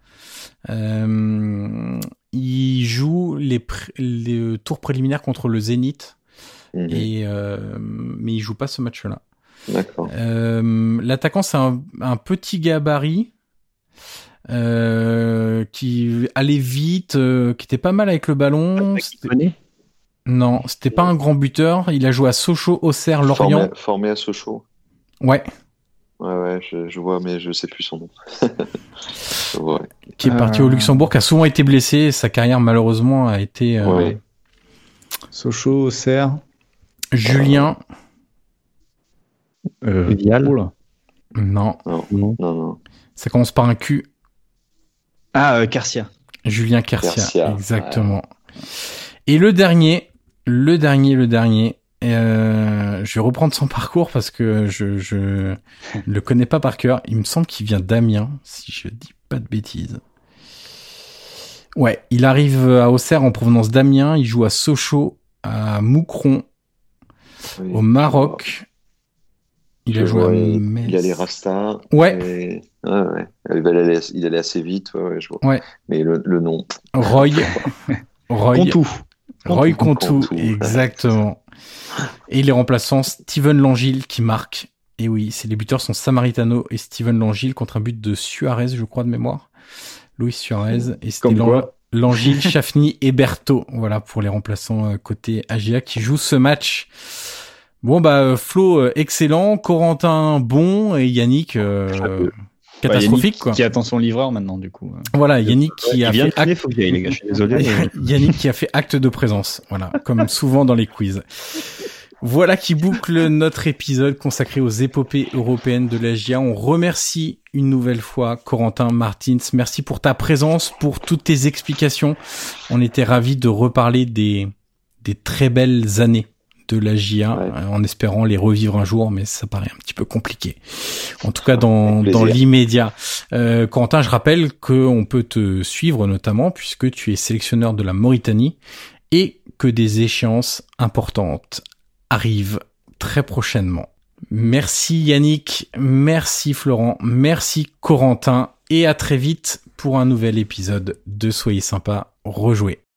Euh, il joue les, pr- les tours préliminaires contre le Zénith, Mhm. et euh, mais il joue pas ce match-là. D'accord. Euh, l'attaquant, c'est un, un petit gabarit euh, qui allait vite, euh, qui était pas mal avec le ballon. Qui C'était- connaît? Non, c'était pas un grand buteur. Il a joué à Sochaux, Auxerre, Formé, Lorient. formé à Sochaux. Ouais, Ouais, ouais, je, je vois, mais je sais plus son nom. Je vois, ouais. qui est parti Euh. au Luxembourg, qui a souvent été blessé. Et sa carrière, malheureusement, a été. euh, Ouais. Sochaux, Serre. Julien. Euh, Vial. oula. Non, Non. Non, non. ça commence par un Q. Ah, euh, Carcia. Julien Kersia, Kersia, exactement. Et le dernier, le dernier, le dernier. euh, je vais reprendre son parcours parce que je je le connais pas par cœur. Il me semble qu'il vient d'Amiens, si je dis pas de bêtises. Ouais, il arrive à Auxerre en provenance d'Amiens. Il joue à Sochaux, à Moucron Oui. Au Maroc. Il Je a joué à vois, Metz. Il allait Rasta. Ouais. Et... ouais, ouais. Il allait, il allait assez vite, ouais, ouais, je vois. Ouais. Mais le, le nom. Roy. Roy. Contou. Roy Contou, Contou, exactement. Et les remplaçants, Steven Langille qui marque. Et oui, ses débuteurs sont Samaritano et Steven Langille contre un but de Suarez, je crois, de mémoire. Luis Suarez. Et c'était Lang- Langille, Chafny et Berthaud. Voilà, pour les remplaçants côté A G A qui jouent ce match. Bon, bah, Flo, excellent. Corentin, bon. Et Yannick, euh, catastrophique, Yannick, quoi. Qui attend son livreur maintenant, du coup. Voilà, Yannick qui ouais, a fait acte... faut que j'aille, les gars, je suis désolé. Yannick qui a fait acte de présence. Voilà, comme souvent dans les quiz. Voilà qui boucle notre épisode consacré aux épopées européennes de l'A J A. On remercie une nouvelle fois Corentin Martins. Merci pour ta présence, pour toutes tes explications. On était ravis de reparler des, des très belles années de l'A J A, ouais. En espérant les revivre un jour, mais ça paraît un petit peu compliqué. En tout cas, dans, dans l'immédiat. Euh, Corentin, je rappelle qu'on peut te suivre notamment puisque tu es sélectionneur de la Mauritanie et que des échéances importantes arrivent très prochainement. Merci Yannick, merci Florent, merci Corentin et à très vite pour un nouvel épisode de Soyez sympa, rejouez.